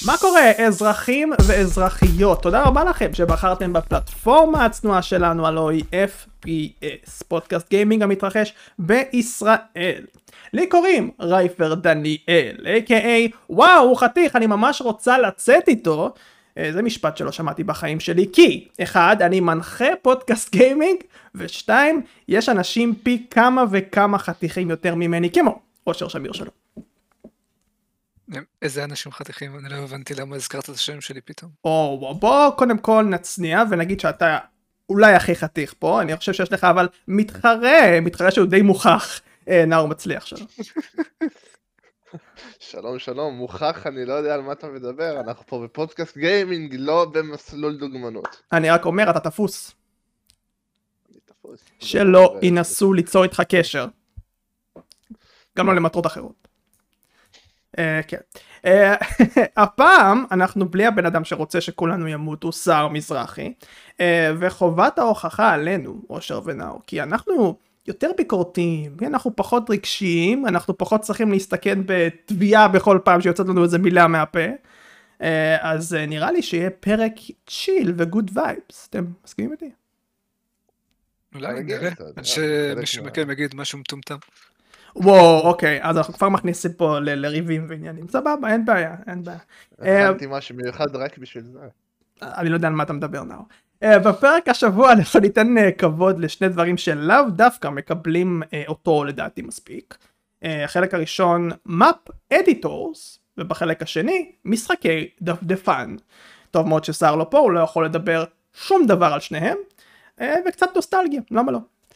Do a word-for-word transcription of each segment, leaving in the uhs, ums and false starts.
מה קורה, אזרחים ואזרחיות? תודה רבה לכם שבחרתם בפלטפורמה הצנועה שלנו, הלוא היא אף פי אס, פודקאסט גיימינג המתרחש בישראל. לי קוראים רייפר דניאל, איי קיי איי, וואו, הוא חתיך, אני ממש רוצה לצאת איתו. זה משפט שלא שמעתי בחיים שלי, כי אחד, אני מנחה פודקאסט גיימינג, ושתיים, יש אנשים פי כמה וכמה חתיכים יותר ממני, כמו אושר שמיר שלו. איזה אנשים חתיכים? אני לא הבנתי למה הזכרת את השם שלי פתאום. או, בוא קודם כל נצניע ונגיד שאתה אולי הכי חתיך פה, אני חושב שיש לך אבל מתחרה, מתחרה שהוא די מוכח, נאור מצליח שלו. שלום שלום, מוכח, אני לא יודע על מה אתה מדבר, אנחנו פה בפודקאסט גיימינג, לא במסלול דוגמנות. אני רק אומר, אתה תפוס. אני תפוס. שלא ינסו ליצור איתך קשר. גם לא למטרות אחרות. כן. הפעם אנחנו בלי הבן אדם שרוצה שכולנו ימותו, שר מזרחי, וחובת ההוכחה עלינו, אושר ונאור, כי אנחנו יותר ביקורתיים, אנחנו פחות רגשיים, אנחנו פחות צריכים להסתכן בתביעה בכל פעם שיוצאת לנו איזה מילה מהפה, אז נראה לי שיהיה פרק צ'יל וגוד וייבס, אתם מסכימים איתי? אולי נראה, שמישהו מכם יגיד משהו מטומטם. וואו, אוקיי, אז אנחנו כבר מכניסים פה לריבים ועניינים, סבבה, אין בעיה, אין בעיה. הכנתי משהו מיוחד רק בשביל זה. אני לא יודע על מה אתה מדבר, נאור. בפרק השבוע אנחנו ניתן כבוד לשני דברים שלאו דווקא מקבלים אותו לדעתי מספיק. החלק הראשון, Map Editors, ובחלק השני, משחקי דפדפן. טוב מאוד ששר לא פה, הוא לא יכול לדבר שום דבר על שניהם, וקצת נוסטלגיה, למה לא?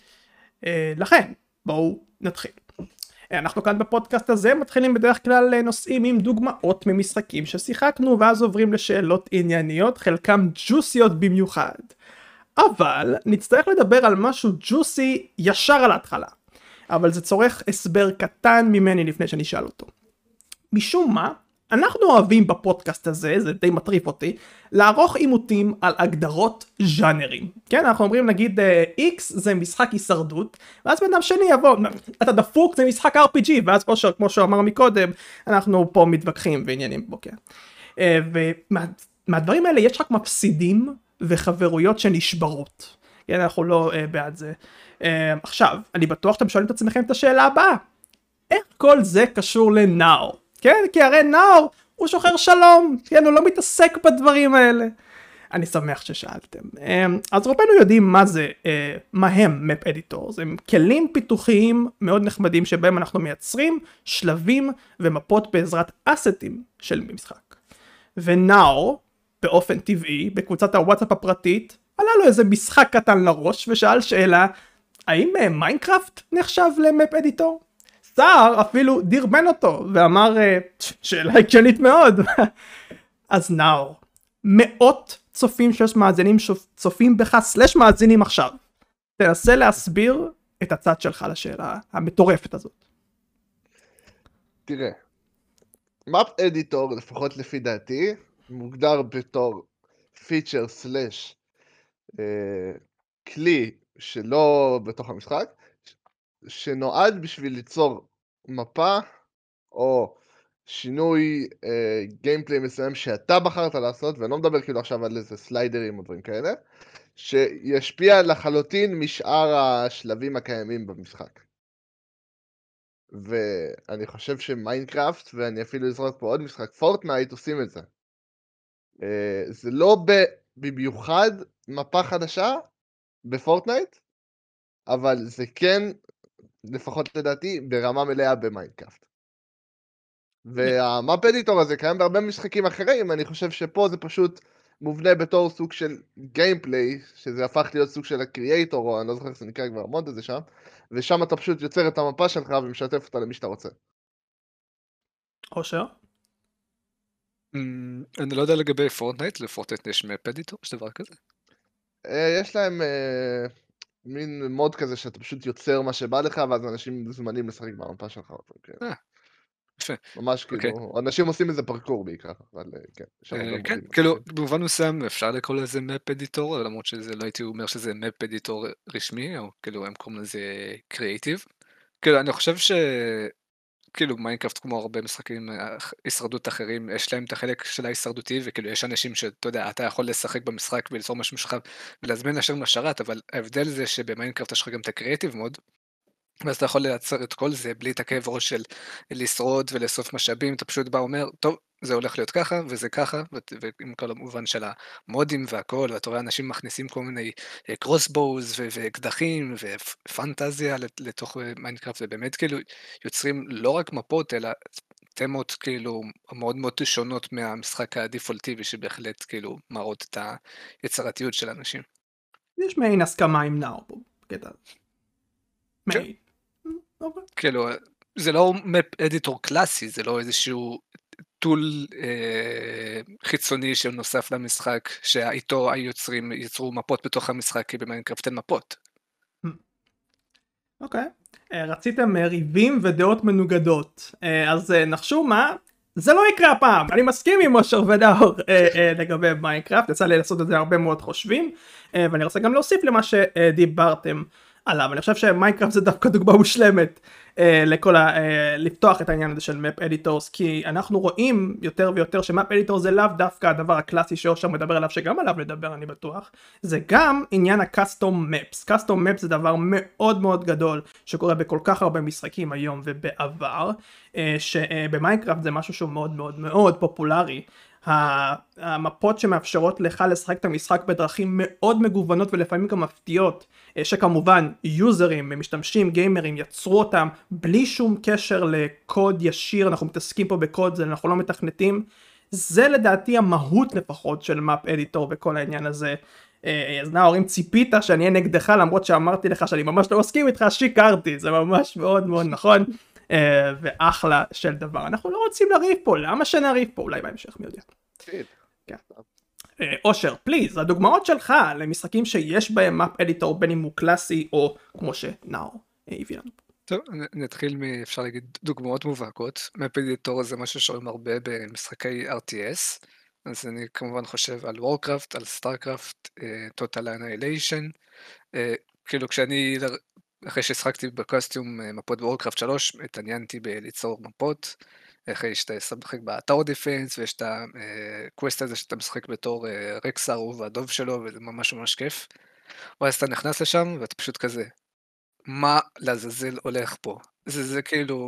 לכן, בואו נתחיל. אנחנו כאן בפודקאסט הזה מתחילים בדרך כלל נושאים עם דוגמאות ממשחקים ששיחקנו, ואז עוברים לשאלות ענייניות, חלקם ג'וסיות במיוחד. אבל נצטרך לדבר על משהו ג'וסי ישר על ההתחלה. אבל זה צורך הסבר קטן ממני לפני שנשאל אותו. משום מה, אנחנו אוהבים בפודקאסט הזה, זה די מטריף אותי, לערוך עימותים על הגדרות ז'אנרים. כן, אנחנו אומרים נגיד X זה משחק הישרדות, ואז בן אדם שני יבוא, אתה דפוק זה משחק אר פי ג'י, ואז אושר כמו שאמר מקודם, אנחנו פה מתווכחים ועניינים בו, כן. ומהדברים האלה יש רק מפסידים וחברויות שנשברות. כן, אנחנו לא בעד זה. עכשיו, אני בטוח שאתם שואלים את עצמכם את השאלה הבאה. איך כל זה קשור לנאור? כן, כי הרי נאור הוא שוחר שלום, כן, הוא לא מתעסק בדברים האלה. אני שמח ששאלתם. אז רובנו יודעים מה זה, מה הם Map Editors. הם כלים פיתוחיים מאוד נחמדים שבהם אנחנו מייצרים שלבים ומפות בעזרת אסטים של משחק. ונאור, באופן טבעי, בקבוצת הוואטסאפ הפרטית, עלה לו איזה משחק קטן לראש ושאל שאלה, האם מיינקראפט נחשב ל-Map Editor? שר אפילו דרבן אותו ואמר שאלה הגיונית מאוד. אז נאור, מאות צופים שיש מאזינים צופים בך סלש מאזינים עכשיו. תנסה להסביר את הצד שלך לשאלה המטורפת הזאת. תראה, Map Editor לפחות לפי דעתי מוגדר בתור פיצ'ר סלש כלי שלא בתוך המשחק, שנועד בשביל ליצור מפה או שינוי גיימפליי מסוים שאתה בחרת לעשות, ואני לא מדבר כאילו עכשיו על איזה סליידרים או דברים כאלה, שישפיע לחלוטין משאר השלבים הקיימים במשחק. ואני חושב שמיינקראפט, ואני אפילו אזרוק פה עוד משחק, פורטנייט עושים את זה. זה לא במיוחד מפה חדשה בפורטנייט, אבל זה כן, לפחות לדעתי, ברמה מלאה במיינקראפט. והמאפ אדיטור הזה קיים בהרבה משחקים אחרים, אני חושב שפה זה פשוט מובנה בתור סוג של גיימפליי, שזה הפך להיות סוג של הקריאייטור, או אני לא זוכר איך זה נקרא כבר המוד הזה שם, ושם אתה פשוט יוצר את המפה שלך ומשתף אותה למי שאתה רוצה. אושר? אני לא יודע לגבי פורטנייט, לפורטנייט יש מאפ אדיטור, יש דבר כזה? יש להם מין מוד כזה שאתה פשוט יוצר מה שבא לך, ואז אנשים זמנים לשחק במפה שלך. אה, יפה. ממש כאילו, אנשים עושים איזה פרקור בעיקר, אבל כן. כן, כאילו, במובן מסוים אפשר לקרוא לזה מאפ אדיטור, למרות שזה לא הייתי אומר שזה מאפ אדיטור רשמי, או כאילו הם קוראים לזה קריאייטיב. כאילו, אני חושב כאילו מיינקראפט כמו הרבה משחקים אה, הישרדות אחרים, יש להם את החלק של ההישרדותי, וכאילו יש אנשים שאתה יודע, אתה יכול לשחק במשחק וליצור משהו משלך ולהזמין לשם לשרת, אבל ההבדל זה שבמיינקראפט יש לך גם את הקריאיטיב מוד, ואז אתה יכול לייצר את כל זה בלי את הכאב ראש של לשרוד ולאסוף משאבים, אתה פשוט בא אומר, טוב, זה הולך להיות ככה, וזה ככה, ו- ועם כל המובן של המודים והכל, ואתה רואה אנשים מכניסים כל מיני קרוסבוז ואקדחים ופנטזיה לת- לתוך אה, מיינקראפט, ובאמת כאילו יוצרים לא רק מפות, אלא תמות כאילו מאוד מאוד שונות מהמשחק הדיפולטיבי, שבהחלט כאילו מראות את היצירתיות של אנשים. יש מעין הסכמה עם נאור פה, בקטע. כן. מעין. אוקיי. כאילו, זה לא מפ אדיטור קלאסי, זה לא איזשהו טול אה, חיצוני שנוסף למשחק, שאיתו היוצרים יצרו מפות בתוך המשחק, כי במיינקראפט אין מפות. אוקיי. אה, רציתם אה, ריבים ודעות מנוגדות. אה, אז אה, נחשו מה? זה לא יקרה הפעם. אני מסכים עם אושר ונאור אה, אה, לגבי מיינקראפט. יצא לי לעשות את זה הרבה מאוד חושבים. אה, ואני רוצה גם להוסיף למה שדיברתם עליו. אני חושב שמיינקראפט זה דווקא דוגמה מושלמת אה, לכל ה... אה, לפתוח את העניין הזה של מפ אדיטורס, כי אנחנו רואים יותר ויותר שמפ אדיטור זה לאו דווקא הדבר הקלאסי שאושר מדבר עליו, שגם עליו נדבר אני בטוח, זה גם עניין הקאסטום מפס. קאסטום מפס זה דבר מאוד מאוד גדול שקורה בכל כך הרבה משחקים היום ובעבר, אה, שבמיינקראפט זה משהו שהוא מאוד מאוד מאוד פופולרי. המפות שמאפשרות לך לשחק את המשחק בדרכים מאוד מגוונות ולפעמים גם מפתיעות, שכמובן יוזרים, משתמשים, גיימרים יצרו אותם בלי שום קשר לקוד ישיר, אנחנו מתעסקים פה בקוד, זה אנחנו לא מתכנתים, זה לדעתי המהות לפחות של מאפ אדיטור וכל העניין הזה. אז נאור, אם ציפית שאני אהיה נגדך למרות שאמרתי לך שאני ממש לא מסכים איתך, שיקרתי, זה ממש מאוד מאוד נכון. ואחלה של דבר. אנחנו לא רוצים לריב פה, למה שנריב פה? אולי בהמשך, מי יודע. כן. אושר, פליז, הדוגמאות שלך למשחקים שיש בהם מאפ אדיטור, בין אם הוא קלאסי או כמו שנאור הביא לנו. טוב, נ- נתחיל מ... אפשר להגיד דוגמאות מובהקות. מאפ אדיטור זה משהו שרואים הרבה במשחקי אר טי אס, אז אני כמובן חושב על וורקראפט, על סטארקראפט, טוטל אנהיליישן. כאילו כשאני, אחרי שהשחקתי בקוסטיום אה, מפות וורקראפט שלוש, התעניינתי בליצור מפות, אחרי שאתה משחק בטאור דיפנס, ויש את הקווסט הזה שאתה משחק בתור אה, רקסר, הוא והדוב שלו, וזה ממש ממש כיף. ואז אתה נכנס לשם, ואתה פשוט כזה, מה לעזאזל הולך פה? זה, זה כאילו,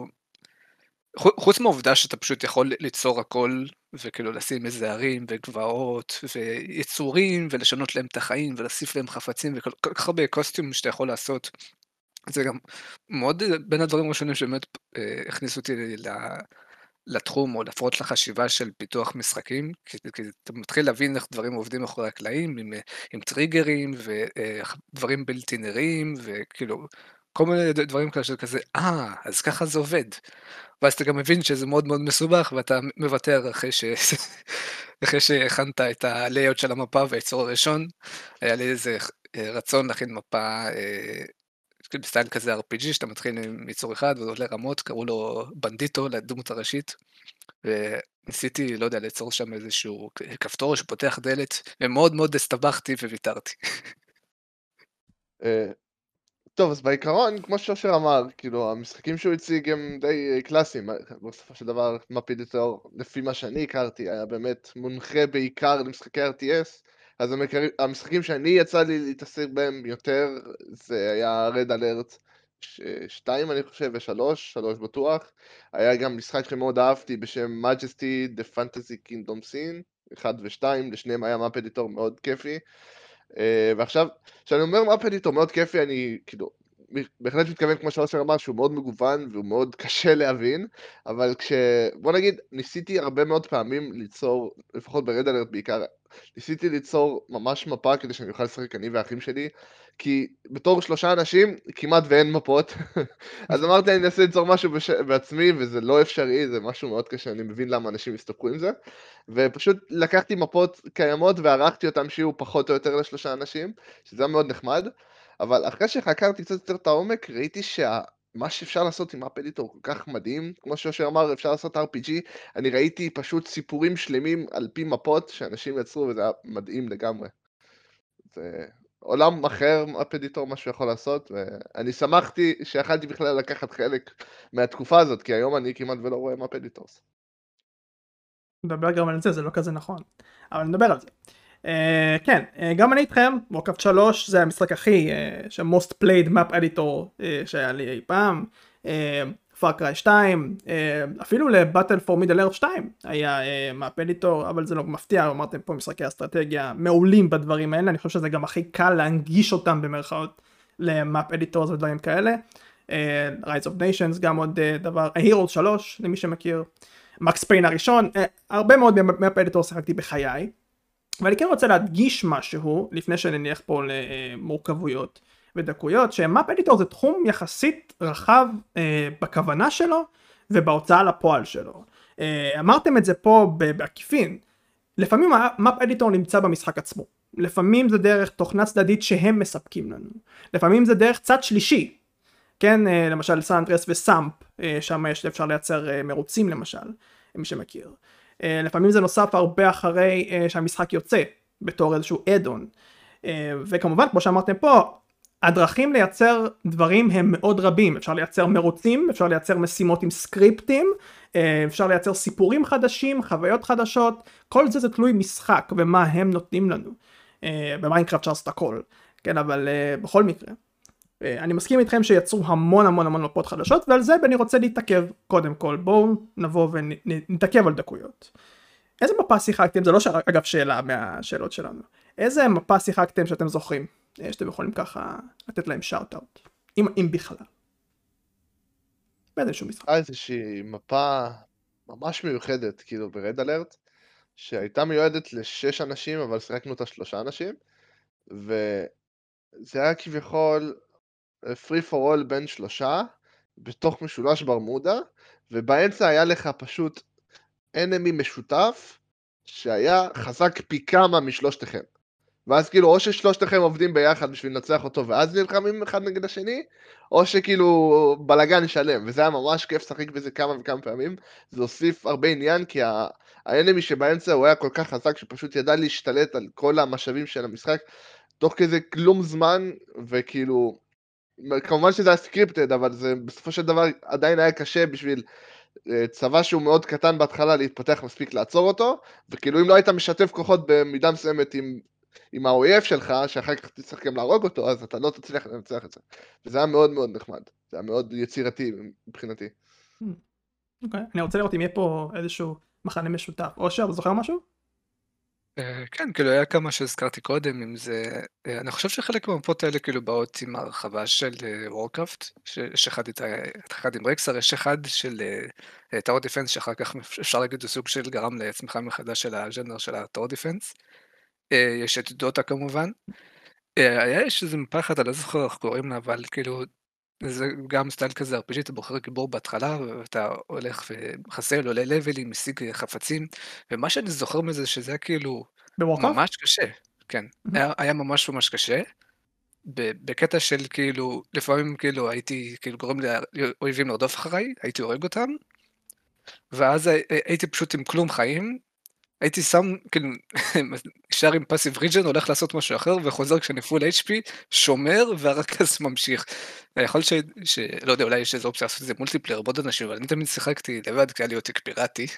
חו- חוץ מהעובדה שאתה פשוט יכול ליצור הכל, וכאילו לשים איזה ערים וגבעות ויצורים, ולשנות להם את החיים, ולהוסיף להם חפצים, וכל כל כך הרבה קוסטיום שאתה יכול לעשות. זה גם מאוד אה, בין הדברים הראשונים שבאמת אה, הכניסו אותי ל- לתחום, או לפחות לחשיבה של פיתוח משחקים, כי, כי אתה מתחיל להבין איך דברים עובדים מאחורי הקלעים, עם, אה, עם טריגרים ודברים בלתי נראים, וכאילו כל מיני ד- דברים כאלה של כזה, אה, אז ככה זה עובד. ואז אתה גם מבין שזה מאוד מאוד מסובך, ואתה מוותר אחרי ש... אחרי שהכנת את הלייאאוט של המפה והיצור הראשון. היה לי איזה אה, רצון להכין מפה אה, בסטייל כזה אר פי ג'י, שאתה מתחיל עם יצור אחד ועולה רמות, קראו לו בנדיטו לדמות הראשית, וניסיתי, לא יודע, ליצור שם איזשהו כפתור שפותח דלת, ומאוד מאוד הסתבכתי וויתרתי. אה, טוב, אז בעיקרון, כמו שאושר אמר, כאילו, המשחקים שהוא הציג הם די אה, קלאסיים. בסופו של דבר, מאפ אדיטור, לפי מה שאני הכרתי, היה באמת מונחה בעיקר למשחקי אר טי אס, אז המקר- המשחקים שאני יצא לי להתעסק בהם יותר, זה היה רד אלרט שתיים אני חושב, ושלוש, שלוש בטוח. היה גם משחק שמאוד אהבתי בשם Majesty The Fantasy Kingdom Scene, אחד ושתיים, לשניהם היה מאפ אדיטור מאוד כיפי. אה, ועכשיו, כשאני אומר מאפ אדיטור מאוד כיפי, אני כאילו, בהחלט מתכוון כמו שאושר אמר, שהוא מאוד מגוון והוא מאוד קשה להבין, אבל כש... בוא נגיד, ניסיתי הרבה מאוד פעמים ליצור, לפחות ברד אלרט בעיקר, ניסיתי ליצור ממש מפה כדי שאני אוכל לשחק אני והאחים שלי, כי בתור שלושה אנשים כמעט ואין מפות, אז אמרתי אני אנסה ליצור משהו בש... בעצמי, וזה לא אפשרי, זה משהו מאוד קשה, אני מבין למה אנשים הסתפקו עם זה, ופשוט לקחתי מפות קיימות וערכתי אותן שיהיו פחות או יותר לשלושה אנשים, שזה היה מאוד נחמד, אבל אחרי שחקרתי קצת יותר את העומק, ראיתי שמה שאפשר לעשות עם מאפ אדיטור כל כך מדהים, כמו שאושר אמר, אפשר לעשות אר פי ג'י, אני ראיתי פשוט סיפורים שלמים על פי מפות שאנשים יצרו, וזה היה מדהים לגמרי. זה עולם אחר, אפ אדיטור, מה שהוא יכול לעשות, ואני שמחתי שיכלתי בכלל לקחת חלק מהתקופה הזאת, כי היום אני כמעט ולא רואה אפ אדיטורס. נדבר גם על זה, זה לא כזה נכון, אבל נדבר על זה. Uh, כן, uh, גם אני איתכם, וורקראפט שלוש זה המשחק הכי, uh, ש-most played map editor uh, שהיה לי אי פעם, פאר קריי שתיים, uh, אפילו לבטל פור מידל ארת שתיים היה uh, map editor, אבל זה לא מפתיע, אמרתם פה משחקי אסטרטגיה מעולים בדברים האלה, אני חושב שזה גם הכי קל להנגיש אותם במרכאות ל-map editors ודברים כאלה. uh, Rise of Nations גם עוד uh, דבר, Heroes שלוש למי שמכיר, מקס פיין הראשון, uh, הרבה מאוד map editor שיחקתי בחיי. ואני כן רוצה להדגיש משהו, לפני שנניח פה למורכבויות ודקויות, שמאפ אדיטור זה תחום יחסית רחב אה, בכוונה שלו ובהוצאה לפועל שלו. אה, אמרתם את זה פה בעקיפין, לפעמים המאפ אדיטור נמצא במשחק עצמו, לפעמים זה דרך תוכנה צדדית שהם מספקים לנו, לפעמים זה דרך צד שלישי, כן, אה, למשל סנטרס וסאמפ, אה, שם יש אפשר לייצר אה, מרוצים למשל, מי שמכיר. Uh, לפעמים זה נוסף הרבה אחרי uh, שהמשחק יוצא בתור איזשהו אדון, uh, וכמובן כמו שאמרתם פה הדרכים לייצר דברים הם מאוד רבים, אפשר לייצר מרוצים, אפשר לייצר משימות עם סקריפטים, uh, אפשר לייצר סיפורים חדשים, חוויות חדשות, כל זה זה תלוי משחק ומה הם נותנים לנו. uh, במיינקראפט אפשר לעשות הכל, כן, אבל uh, בכל מקרה uh, אני מסכים איתכם שיצרו המון המון המון מפות חדשות, ועל זה אני רוצה להתעכב קודם כל. בואו נבוא ונתעכב על דקויות. איזה מפה שיחקתם? זה לא ש... אגב שאלה מהשאלות שלנו. איזה מפה שיחקתם שאתם זוכרים? שאתם יכולים ככה לתת להם שאוט אאוט, אם, אם בכלל. באיזשהו משחק. איזושהי מפה ממש מיוחדת, כאילו ברד אלרט, שהייתה מיועדת לשש אנשים, אבל שיחקנו אותה שלושה אנשים, וזה היה כביכול free for all בין שלושה, בתוך משולש ברמודה, ובאמצע היה לך פשוט אנמי משותף, שהיה חזק פי כמה משלושתכם. ואז כאילו, או ששלושתכם עובדים ביחד בשביל לנצח אותו, ואז נלחמים אחד נגד השני, או שכאילו בלגן שלם, וזה היה ממש כיף לשחק בזה כמה וכמה פעמים. זה הוסיף הרבה עניין, כי האנמי שבאמצע הוא היה כל כך חזק, שפשוט ידע להשתלט על כל המשאבים של המשחק, תוך כזה כלום זמן, וכאילו, כמובן שזה היה סקריפטד, אבל זה בסופו של דבר עדיין היה קשה בשביל צבא שהוא מאוד קטן בהתחלה להתפתח מספיק לעצור אותו, וכאילו אם לא היית משתף כוחות במידה מסוימת עם, עם האויב שלך, שאחר כך תצטרך גם להרוג אותו, אז אתה לא תצליח לנצח את זה. וזה היה מאוד מאוד נחמד, זה היה מאוד יצירתי מבחינתי. אוקיי, אני רוצה לראות אם יהיה פה איזשהו מחנה משותף. אושר, זוכר משהו? כן, כאילו היה כמה שהזכרתי קודם, אם זה, אני חושב שחלק מהמפות האלה כאילו באות עם הרחבה של וורקראפט, יש אחד עם רקסר, יש אחד של טאור דיפנס, שאחר כך אפשר להגיד זה סוג של גרם לצמיחה מחדש של הז'אנר של הטאור דיפנס, יש את דוטה כמובן, יש איזה מפה אחת, אני לא זוכר איך קוראים לה, אבל כאילו, זה גם סטייל כזה אר פי ג'י, אתה בוחר גיבור בהתחלה, ואתה הולך ומחסל, עולה לבלים, משיג חפצים, ומה שאני זוכר מזה שזה היה כאילו ממש קשה, כן, היה, היה ממש ממש קשה, בקטע של כאילו, לפעמים כאילו הייתי כאילו גורם לאויבים לרדוף אחריי, הייתי הורג אותם, ואז הייתי פשוט עם כלום חיים, הייתי שם, כאילו, נשאר עם פאסיב ריג'ן, הולך לעשות משהו אחר, וחוזר כשאני פול אייץ' פי, שומר, והרכז ממשיך. יכול ש... ש... לא יודע, אולי יש איזו אופציה לעשות את זה מולטיפלייר, עוד אנשים, אבל אני תמיד שיחקתי לבד, כי היה לי עותק פיראטי,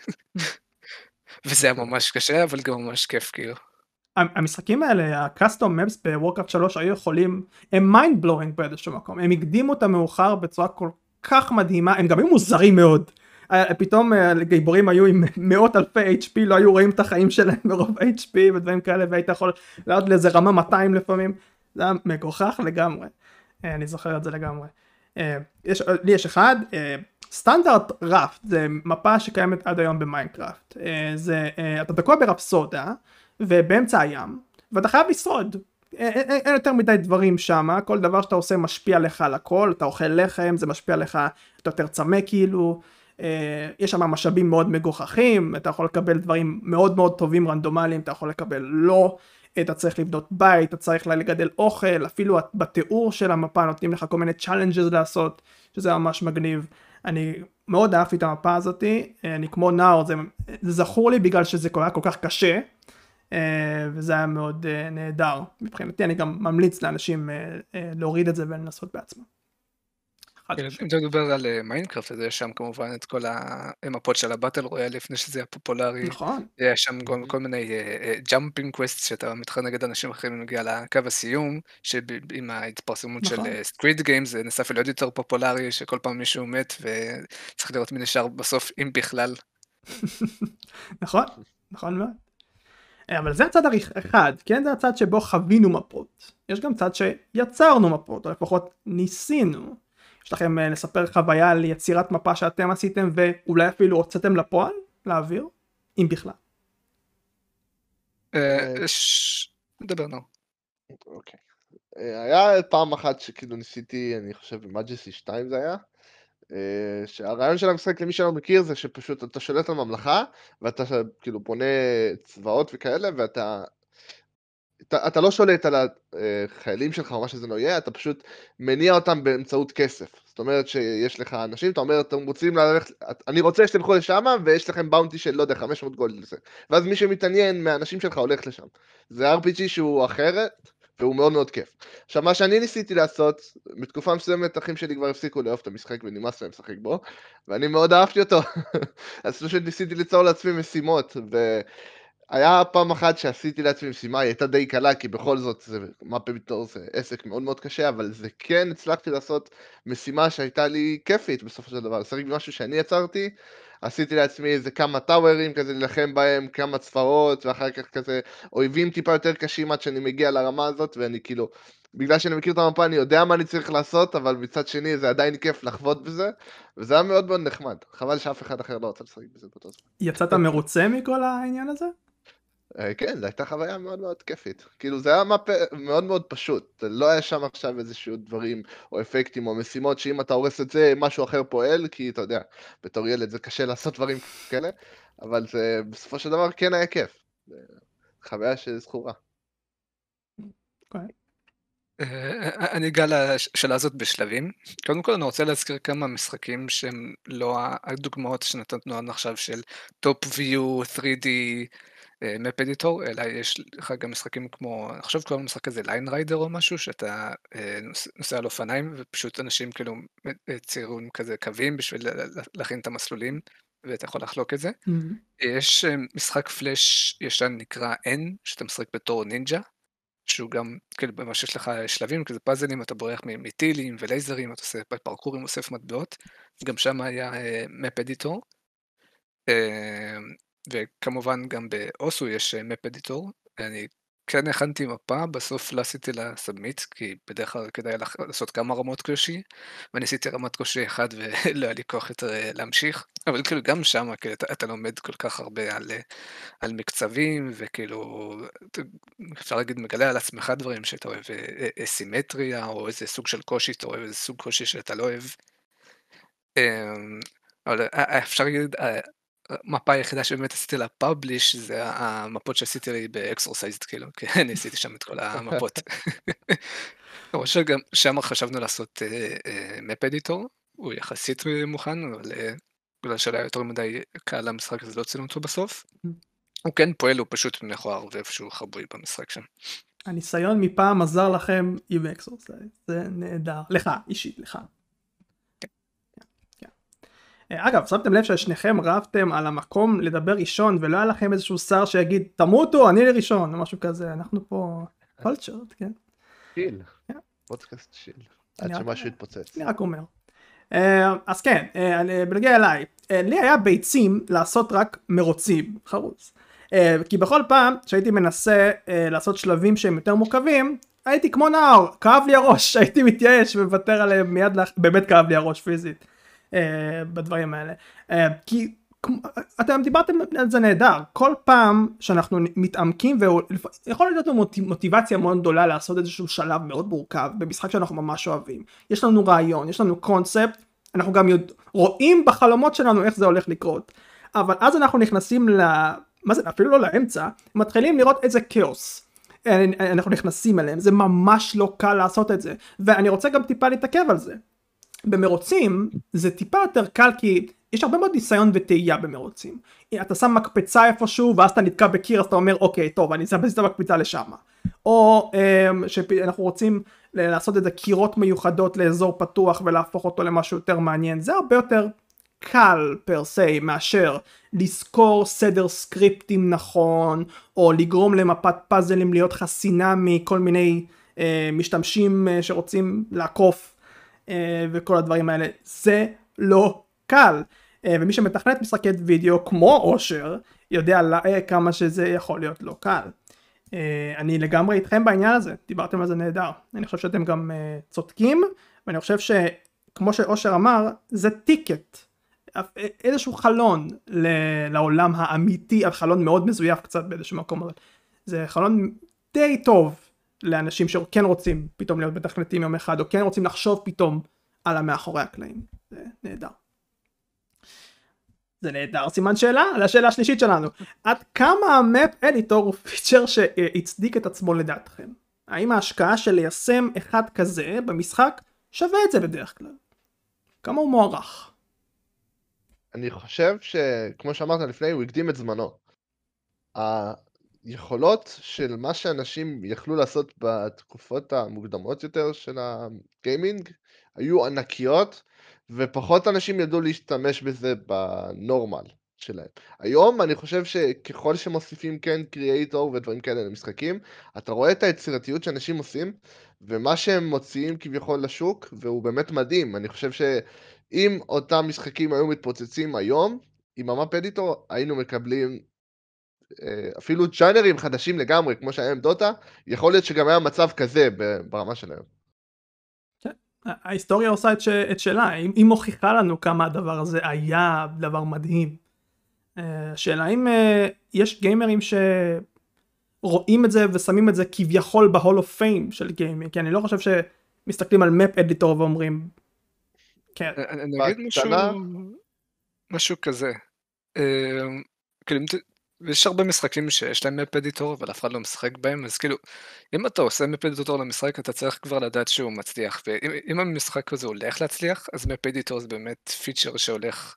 וזה היה ממש קשה, אבל גם ממש כיף, כאילו. המשחקים האלה, הקאסטום מפס בוורקראפט שלוש היו יכולים, הם מיינד בלואינג באיזשהו מקום, הם הקדימו אותם מאוחר בצורה כל כך מדהימה, הם גם היו מוזרים מאוד. פתאום גיבורים היו עם מאות אלפי אייץ' פי, לא היו רואים את החיים שלהם מרוב אייץ' פי ודברים כאלה, והיית יכול לעלות לאיזה רמה מאתיים לפעמים, זה היה מגוחך לגמרי, אני זוכר את זה לגמרי. יש, לי יש אחד, סטנדרט רפט, זה מפה שקיימת עד היום במיינקראפט, זה, אתה תקוע ברפסודה, ובאמצע הים, ואתה חייב לשרוד, אין, אין יותר מדי דברים שם, כל דבר שאתה עושה משפיע לך על הכל, אתה אוכל לחם, זה משפיע לך, אתה יותר צמא כאילו, יש שם משאבים מאוד מגוחכים, אתה יכול לקבל דברים מאוד מאוד טובים רנדומליים, אתה יכול לקבל לא, אתה צריך לבנות בית, אתה צריך לגדל אוכל, אפילו בתיאור של המפה נותנים לך כל מיני challenges לעשות, שזה ממש מגניב. אני מאוד אהבתי את המפה הזאת, אני כמו נאור, זה, זה זכור לי בגלל שזה היה כל כך קשה, וזה היה מאוד נהדר מבחינתי. אני גם ממליץ לאנשים להוריד את זה ולנסות בעצמם. אם אתה מדבר על מיינקראפט, אז יש שם כמובן את כל המפות של הבטל רויאל לפני שזה היה פופולרי. נכון. יש שם כל מיני ג'אמפינג קווסט שאתה מתחרה נגד אנשים אחרים ומגיע לקו הסיום, שעם ההתפרסמות של סקוויד גיימס זה נעשה אפילו עוד יותר פופולרי, שכל פעם מישהו מת וצריך לראות מי נשאר בסוף, אם בכלל. נכון, נכון מאוד. אבל זה הצד אחד, כן? זה הצד שבו חווינו מפות. יש גם צד שיצרנו מפות, או לפחות ניסינו. יש לכם לספר חוויה על יצירת מפה שאתם עשיתם, ואולי אפילו הוצאתם לפועל, להעביר, אם בכלל. דבר נו. אוקיי. היה פעם אחת שכאילו ניסיתי, אני חושב במאג'סי שתיים זה היה, שהרעיון של המשחק למי שלא מכיר זה שפשוט אתה שולט על ממלכה, ואתה כאילו בונה צבאות וכאלה, ואתה אתה, אתה לא שולט על החיילים שלך או מה שזה לא יהיה, אתה פשוט מניע אותם באמצעות כסף. זאת אומרת שיש לך אנשים, אתה אומר, אתם רוצים ללכת, אני רוצה שתלכו לשם, ויש לכם באונטי של, לא יודע, חמש מאות גולד לזה. ואז מי שמתעניין מהאנשים שלך הולך לשם. זה אר פי ג'י שהוא אחרת, והוא מאוד מאוד כיף. עכשיו, מה שאני ניסיתי לעשות, בתקופה מסוימת, אחים שלי כבר הפסיקו לאהוב את המשחק ונמאס להם לשחק בו, ואני מאוד אהבתי אותו. אז פשוט ניסיתי ליצור לעצמי משימות, ו... היה פעם אחת שעשיתי לעצמי משימה, היא הייתה די קלה, כי בכל זאת, זה, מפה בתור זה עסק מאוד מאוד קשה, אבל זה כן הצלחתי לעשות משימה שהייתה לי כיפית בסופו של דבר. לשחק במשהו שאני יצרתי, עשיתי לעצמי איזה כמה טאוורים כזה ללחם בהם, כמה צפרות, ואחר כך כזה אויבים טיפה יותר קשים עד שאני מגיע לרמה הזאת, ואני כאילו, בגלל שאני מכיר את המפה, אני יודע מה אני צריך לעשות, אבל מצד שני זה עדיין כיף לחוות בזה, וזה היה מאוד מאוד נחמד. חבל שאף אחד אחר לא רוצה לשחק בזה באותו זמן. יצאת מרוצה מכל העניין הזה? כן, זו הייתה חוויה מאוד מאוד כיפית. כאילו זה היה מאוד מאוד פשוט. לא היה שם עכשיו איזשהו דברים או אפקטים או משימות שאם אתה הורס את זה, משהו אחר פועל, כי אתה יודע, בתור ילד זה קשה לעשות דברים כאלה, אבל זה בסופו של דבר כן היה כיף. חוויה שזכורה. אני אגע לשאלה הזאת בשלבים. קודם כל אני רוצה להזכיר כמה משחקים שהם לא הדוגמאות שנתנו עד עכשיו של טופ ויו, תרי די, מפ אדיטור, אלא יש לך גם משחקים כמו, אני חושב קוראים למשחק כזה ליין ריידר או משהו, שאתה נוסע על אופניים, ופשוט אנשים כאילו ציירים כזה קווים בשביל להכין את המסלולים, ואתה יכול לחלוק את זה. יש משחק פלאש ישן נקרא N, שאתה משחק בתור נינג'ה, שהוא גם, כאילו, ממש יש לך שלבים, כזה פאזלים, אתה בורח מטילים ולייזרים, אתה עושה פרקורים, אוסף מטבעות, גם שם היה מפ אדיטור. וכמובן גם באוסו יש מפ אדיטור, אני כן הכנתי מפה, בסוף לא עשיתי לה סאבמיט, כי בדרך כלל כדאי לעשות כמה רמות קושי, ואני עשיתי רמת קושי אחד ולא היה לי כוח יותר להמשיך, אבל כאילו גם שם כאילו, אתה, אתה לומד כל כך הרבה על, על מקצבים, וכאילו אפשר להגיד מגלה על עצמך דברים שאתה אוהב סימטריה, או איזה סוג של קושי, אתה אוהב איזה סוג קושי שאתה לא אוהב, אבל אפשר להגיד, המפה היחידה שבאמת עשיתי לה פאבליש, זה המפות שעשיתי לי באקסורסייזד, כאילו, כי אני עשיתי שם את כל המפות. אבל שגם שם חשבנו לעשות מפ אדיטור, הוא יחסית מוכן, אבל בגלל שהיה יותר מדי קל למשחק, אז לא הוצאנו אותו בסוף. הוא כן פועל, הוא פשוט מכוער ואיפשהו חבוי במשחק שם. הניסיון מפעם עזר לכם עם אקסורסייד, זה נהדר. לך, אישית, לך. אגב, שמתם לב ששניכם רבתם על המקום לדבר ראשון, ולא היה לכם איזשהו שר שיגיד, תמותו, אני לראשון, או משהו כזה, אנחנו פה קולצ'רד, כן? שיל, פודקאסט שיל, עד שמשהו יתפוצץ. אני רק אומר. אז כן, בנוגע אליי, לי היה ביצים לעשות רק מרוצים, חרוץ. כי בכל פעם שהייתי מנסה לעשות שלבים שהם יותר מורכבים, הייתי כמו נער, כאב לי הראש, הייתי מתייאש ומוותר עליהם מיד, באמת כאב לי הראש פיזית. בדברים האלה, כי אתם דיברתם על זה נהדר, כל פעם שאנחנו מתעמקים, ויכול להיות לנו מוטיבציה מאוד גדולה לעשות איזשהו שלב מאוד מורכב, במשחק שאנחנו ממש אוהבים, יש לנו רעיון, יש לנו קונספט, אנחנו גם רואים בחלומות שלנו איך זה הולך לקרות, אבל אז אנחנו נכנסים ל... מה זה? אפילו לא לאמצע, מתחילים לראות איזה כאוס, אנחנו נכנסים אליהם, זה ממש לא קל לעשות את זה, ואני רוצה גם טיפה להתעכב על זה, במרוצים זה טיפה יותר קל כי יש הרבה מאוד ניסיון וטעייה במרוצים. אתה שם מקפצה איפשהו ואז אתה נתקע בקיר אז אתה אומר אוקיי טוב אני שם את המקפצה לשם. או שאנחנו רוצים לעשות את זה קירות מיוחדות לאזור פתוח ולהפוך אותו למשהו יותר מעניין. זה הרבה יותר קל פר סי מאשר לזכור סדר סקריפטים נכון או לגרום למפת פאזלים להיות חסינה מכל מיני אה, משתמשים אה, שרוצים לעקוף אה, וכל הדברים האלה. זה לא קל. אה, ומי שמתכנת משחקי וידאו כמו אושר יודע לה, אה, כמה שזה יכול להיות לא קל. אה, אני לגמרי איתכם בעניין הזה, דיברתם על זה נהדר. אני חושב שאתם גם אה, צודקים ואני חושב שכמו שאושר אמר זה טיקט. איזשהו חלון לעולם האמיתי, חלון מאוד מזויף קצת באיזשהו מקום, אבל זה חלון די טוב לאנשים שכן רוצים פתאום להיות מתכנתים יום אחד, או כן רוצים לחשוב פתאום על המאחורי הקלעים. זה נהדר. זה נהדר. סימן שאלה? על השאלה השלישית שלנו. עד כמה המאפ אדיטור הוא פיצ'ר שהצדיק את עצמו לדעתכם? האם ההשקעה של ליישם אחד כזה במשחק שווה את זה בדרך כלל? כמה הוא מוערך? אני חושב שכמו שאמרת לפני, הוא הקדים את זמנו. היכולות של מה שאנשים יכלו לעשות בתקופות המוקדמות יותר של הגיימינג, היו ענקיות, ופחות אנשים ידעו להשתמש בזה בנורמל שלהם. היום אני חושב שככל שמוסיפים כן קריאייטור ודברים כאלה למשחקים, אתה רואה את היצירתיות שאנשים עושים, ומה שהם מוציאים כביכול לשוק, והוא באמת מדהים. אני חושב שאם אותם משחקים היו מתפוצצים היום, עם המאפ אדיטור היינו מקבלים אפילו ג'אנרים חדשים לגמרי, כמו שהיה עם דוטה, יכול להיות שגם היה מצב כזה ברמה של היום. ההיסטוריה עושה את, ש... את שלה, היא מוכיחה לנו כמה הדבר הזה היה דבר מדהים. השאלה אם יש גיימרים שרואים את זה ושמים את זה כביכול בהול אוף פיים של גיימינג, כי אני לא חושב שמסתכלים על מפ אדיטור ואומרים, כן. אני אגיד משהו, משהו כזה. כאילו, יש הרבה משחקים שיש להם מפ אדיטור, אבל אף אחד לא משחק בהם, אז כאילו, אם אתה עושה מפ אדיטור למשחק, אתה צריך כבר לדעת שהוא מצליח, ואם המשחק הזה הולך להצליח, אז מפ אדיטור זה באמת פיצ'ר שהולך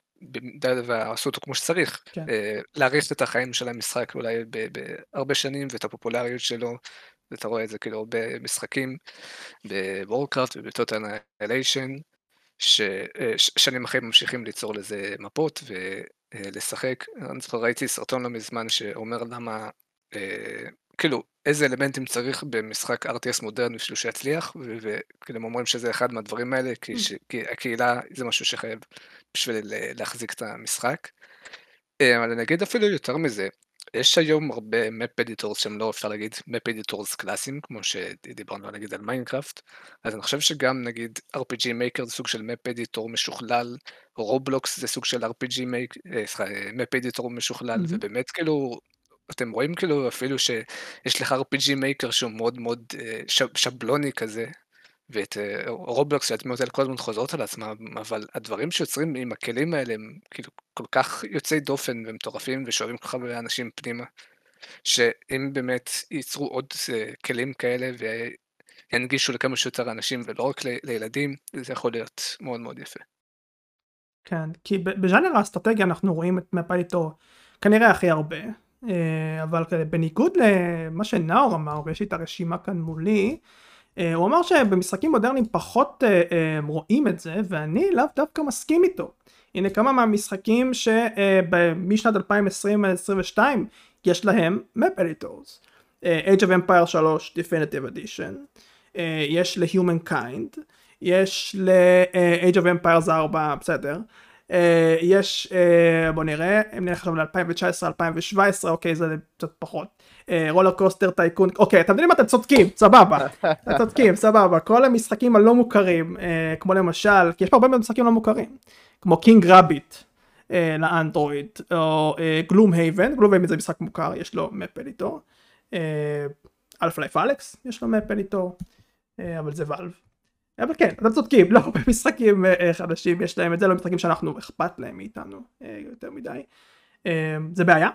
ועשו אותו כמו שצריך, כן. להאריך את החיים של המשחק אולי בהרבה שנים, ואת הפופולריות שלו, ואתה רואה את זה כאילו הרבה משחקים, בוורקראפט ובטוטל אנהיליישן, ששנים אחרי ממשיכים ליצור לזה מפות ולשחק. אני זוכר, ראיתי סרטון לא מזמן שאומר למה, כאילו, איזה אלמנטים צריך במשחק אר טי אס מודרני בשביל שיצליח, וכאילו הם אומרים שזה אחד מהדברים האלה, כי הקהילה זה משהו שחייב בשביל להחזיק את המשחק. אבל אני אגיד אפילו יותר מזה, יש היום הרבה מפ אדיטורס שהם לא אפשר להגיד מפ אדיטורס קלאסיים, כמו שדיברנו נגיד על מיינקראפט, אז אני חושב שגם נגיד אר פי ג'י Maker זה סוג של מפ אדיטור משוכלל, רובלוקס זה סוג של אר פי ג'י מפ אדיטור משוכלל, mm-hmm. ובאמת כאילו, אתם רואים כאילו אפילו שיש לך אר פי ג'י Maker שהוא מאוד מאוד שבלוני כזה, ואת רובלוקס והדמיות האלה כל הזמן חוזרות על עצמם, אבל הדברים שיוצרים עם הכלים האלה הם כאילו כל כך יוצאי דופן ומטורפים ושואבים כל כך הרבה אנשים פנימה, שאם באמת ייצרו עוד כלים כאלה וינגישו לכמה שיותר אנשים ולא רק לילדים, זה יכול להיות מאוד מאוד יפה. כן, כי בז'אנר האסטרטגיה אנחנו רואים את מפ אדיטור כנראה הכי הרבה, אבל בניגוד למה שנאור אמר, ויש לי את הרשימה כאן מולי, הוא אמר שבמשחקים מודרניים פחות רואים את זה, ואני לאו דווקא מסכים איתו. הנה כמה מהמשחקים שמשנת אלפיים עשרים עד עשרים ושתיים יש להם map editors. Age of Empires שלוש Definitive Edition, יש ל-Humankind, יש ל-Age of Empires ארבע, בסדר. יש, בוא נראה, אם נלך עכשיו ל-אלפיים תשע עשרה אלפיים שבע עשרה, אוקיי, זה קצת פחות. רולר קוסטר טייקון, אוקיי, אתם יודעים מה, אתם צודקים, סבבה, אתם צודקים, סבבה, כל המשחקים הלא מוכרים, כמו למשל, כי יש פה הרבה מאוד משחקים לא מוכרים, כמו קינג רביט לאנדרואיד, או גלום הייבן, גלום הייבן זה משחק מוכר, יש לו מפ אדיטור, אלף לייף אלכס, יש לו מפ אדיטור, אבל זה ואלב. אבל כן, אתם צודקים, לא, במשחקים חדשים יש להם את זה, לא משחקים שאנחנו אכפת להם מאיתנו יותר מדי. זה בעיה?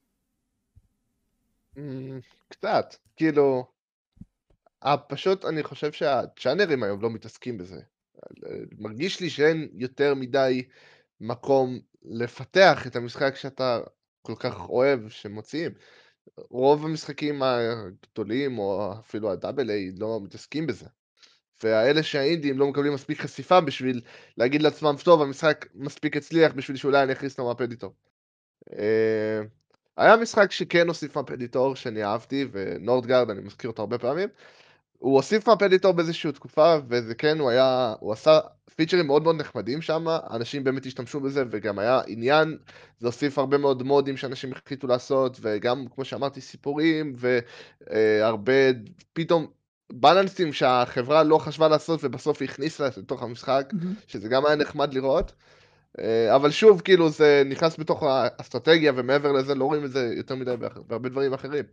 קצת, כאילו, פשוט אני חושב שהצ'אנרים היום לא מתעסקים בזה. מרגיש לי שאין יותר מדי מקום לפתח את המשחק שאתה כל כך אוהב שמוציאים. רוב המשחקים הגדולים, או אפילו הדאבל איי, לא מתעסקים בזה. והאלה שהאינדים לא מקבלים מספיק חשיפה בשביל להגיד לעצמם, טוב, המשחק מספיק הצליח בשביל שאולי אני אכניס לו מאפ אדיטור. אה, היה משחק שכן הוסיף מאפ אדיטור שאני אהבתי, ונורדגרד, אני מזכיר אותו הרבה פעמים, הוא הוסיף מאפ אדיטור באיזושהי תקופה, וזה כן, הוא היה, הוא עשה פיצ'רים מאוד מאוד נחמדים שם, אנשים באמת השתמשו בזה, וגם היה עניין, זה הוסיף הרבה מאוד מודים שאנשים החליטו לעשות, וגם, כמו שאמרתי, סיפורים, והרבה, פתאום, בלנסים שהחברה לא חשבה לעשות, ובסוף היא הכניסה לתוך המשחק, שזה גם היה נחמד לראות, אבל שוב, כאילו, זה נכנס בתוך האסטרטגיה, ומעבר לזה לא רואים את זה יותר מדי בהרבה דברים אחרים.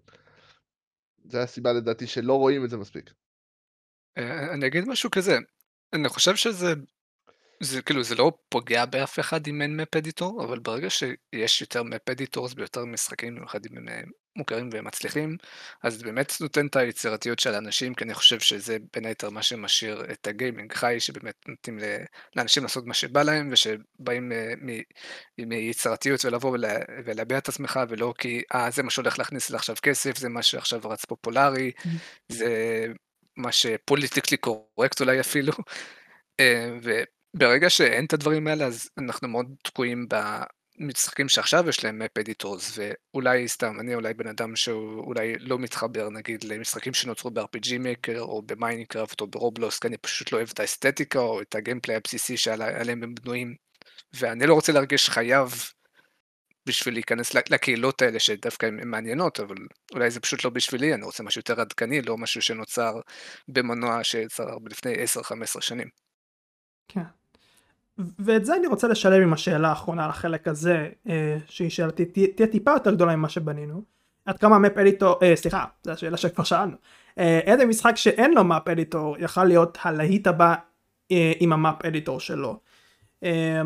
זה הסיבה לדעתי שלא רואים את זה מספיק. אה, אני אגיד משהו כזה, אני חושב שזה, זה כאילו זה לא פוגע באף אחד אם אין מפ אדיטור, אבל ברגע שיש יותר מפ אדיטורס ביותר משחקים, במיוחד אם הם אה, מוכרים ומצליחים, אז זה באמת נותן את היצירתיות של האנשים, כי אני חושב שזה בין היתר מה שמשאיר את הגיימינג חי, שבאמת נותנים ל- לאנשים לעשות מה שבא להם, ושבאים אה, מ- מיצירתיות ולבוא ולה- ולהביע את עצמך, ולא כי אה, זה מה שהולך להכניס לי עכשיו כסף, זה מה שעכשיו רץ פופולרי, זה מה שפוליטיקלי קורקט אולי אפילו, אה, וברגע שאין את הדברים האלה, אז אנחנו מאוד תקועים במשחקים שעכשיו יש להם מפ אדיטורס, ואולי סתם, אני אולי בן אדם שהוא אולי לא מתחבר נגיד למשחקים שנוצרו ב-אר פי ג'י Maker או במיינקראפט או ברובלוס, כי אני פשוט לא אוהב את האסתטיקה או את הגיימפליי הבסיסי שעליהם הם בנויים, ואני לא רוצה להרגיש חייב בשביל להיכנס לקהילות האלה שדווקא הן מעניינות, אבל אולי זה פשוט לא בשבילי, אני רוצה משהו יותר עדכני, לא משהו שנוצר במנוע שיצר לפני עשר חמש עשרה שנים. כן. ואת זה אני רוצה לשלב עם השאלה האחרונה על החלק הזה, אה, שהיא שאלה תהיה טיפה יותר גדולה ממה שבנינו. עד כמה מפ אדיטור, אה, סליחה, זו השאלה שכבר שאלנו. אה, איזה משחק שאין לו מפ אדיטור יכל להיות הלהיט הבא אה, עם המפ אדיטור שלו. אה,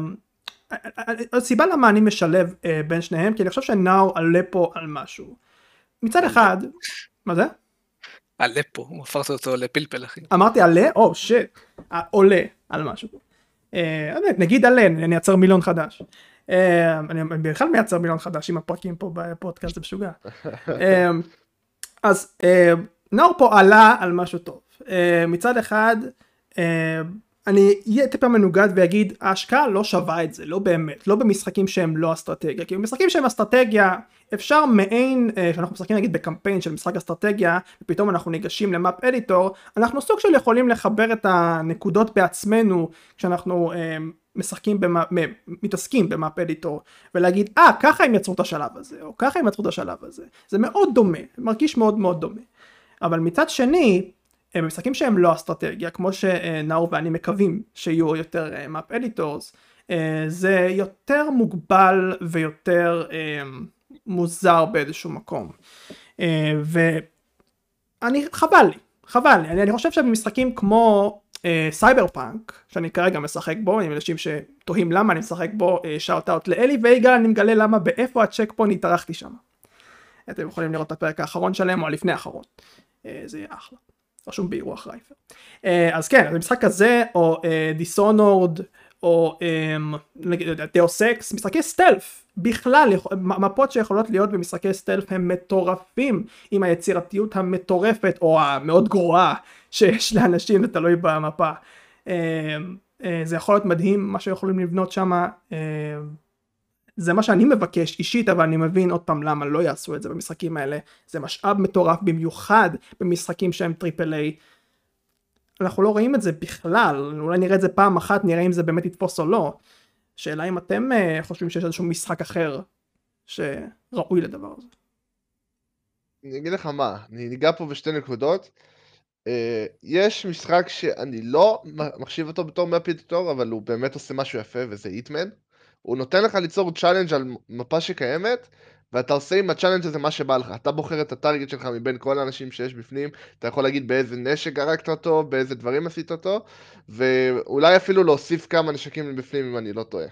הסיבה למה אני משלב אה, בין שניהם, כי אני חושב שנאו עלה פה על משהו. מצד אחד, מה זה? עלה פה, הוא הפכת אותו לפלפל אחי. אמרתי עלה? או שיט, עולה על משהו. אה, נגיד עלה, אני אייצר מיליון חדש. אה, אני בכלל מייצר מיליון חדש עם הפרקים פה בפודקאסט, זה משוגע. אה, אז אה, נאור פה עלה על משהו טוב. אה, מצד אחד, אה, אני אהיה טיפה מנוגד ויגיד, ההשקעה לא שווה את זה, לא באמת, לא במשחקים שהם לא אסטרטגיה, כי במשחקים שהם אסטרטגיה, אפשר מעין, שאנחנו משחקים נגיד בקמפיין של משחק אסטרטגיה, ופתאום אנחנו ניגשים למאפ אדיטור, אנחנו סוג של יכולים לחבר את הנקודות בעצמנו, כשאנחנו אה, משחקים, במאפ, מתעסקים במאפ אדיטור, ולהגיד, אה, ככה הם יצרו את השלב הזה, או ככה הם יצרו את השלב הזה, זה מאוד דומה, מרגיש מאוד מאוד דומה, אבל מצד שני, במשחקים שהם לא אסטרטגיה, כמו שנאור ואני מקווים שיהיו יותר מאפ אדיטורס, זה יותר מוגבל ויותר מוזר באיזשהו מקום. ואני, חבל לי, חבל לי, אני, אני חושב שבמשחקים כמו סייבר פאנק, שאני כרגע משחק בו, עם אנשים שתוהים למה אני משחק בו, שאוט אאוט לאלי, ויגאל אני מגלה למה באיפה הצ'ק פוינט התארחתי שם. אתם יכולים לראות את הפרק האחרון שלהם או לפני האחרון, זה יהיה אחלה. רשום באירוח רייפר. אז כן, במשחק הזה, או דיסונורד, או דאוס אקס, משחקי סטלף, בכלל, מפות שיכולות להיות במשחקי סטלף הם מטורפים, עם היצירתיות המטורפת, או המאוד גרועה, שיש לאנשים, זה תלוי במפה. זה יכול להיות מדהים, מה שיכולים לבנות שם, זה מה שאני מבקש אישית, אבל אני מבין עוד פעם למה לא יעשו את זה במשחקים האלה. זה משאב מטורף במיוחד במשחקים שהם טריפל איי. אנחנו לא רואים את זה בכלל, אולי נראה את זה פעם אחת, נראה אם זה באמת יתפוס או לא. שאלה אם אתם uh, חושבים שיש איזשהו משחק אחר שראוי לדבר הזה. אני אגיד לך מה, אני ניגע פה בשתי נקודות. Uh, יש משחק שאני לא מחשיב אותו בתור מאפ אדיטור, אבל הוא באמת עושה משהו יפה, וזה היטמן. הוא נותן לך ליצור צ'אלנג' על מפה שקיימת, ואתה עושה עם הצ'אלנג' הזה מה שבא לך. אתה בוחר את הטארגט שלך מבין כל האנשים שיש בפנים, אתה יכול להגיד באיזה נשק הרגת אותו, באיזה דברים עשית אותו, ואולי אפילו להוסיף כמה נשקים בפנים אם אני לא טועה.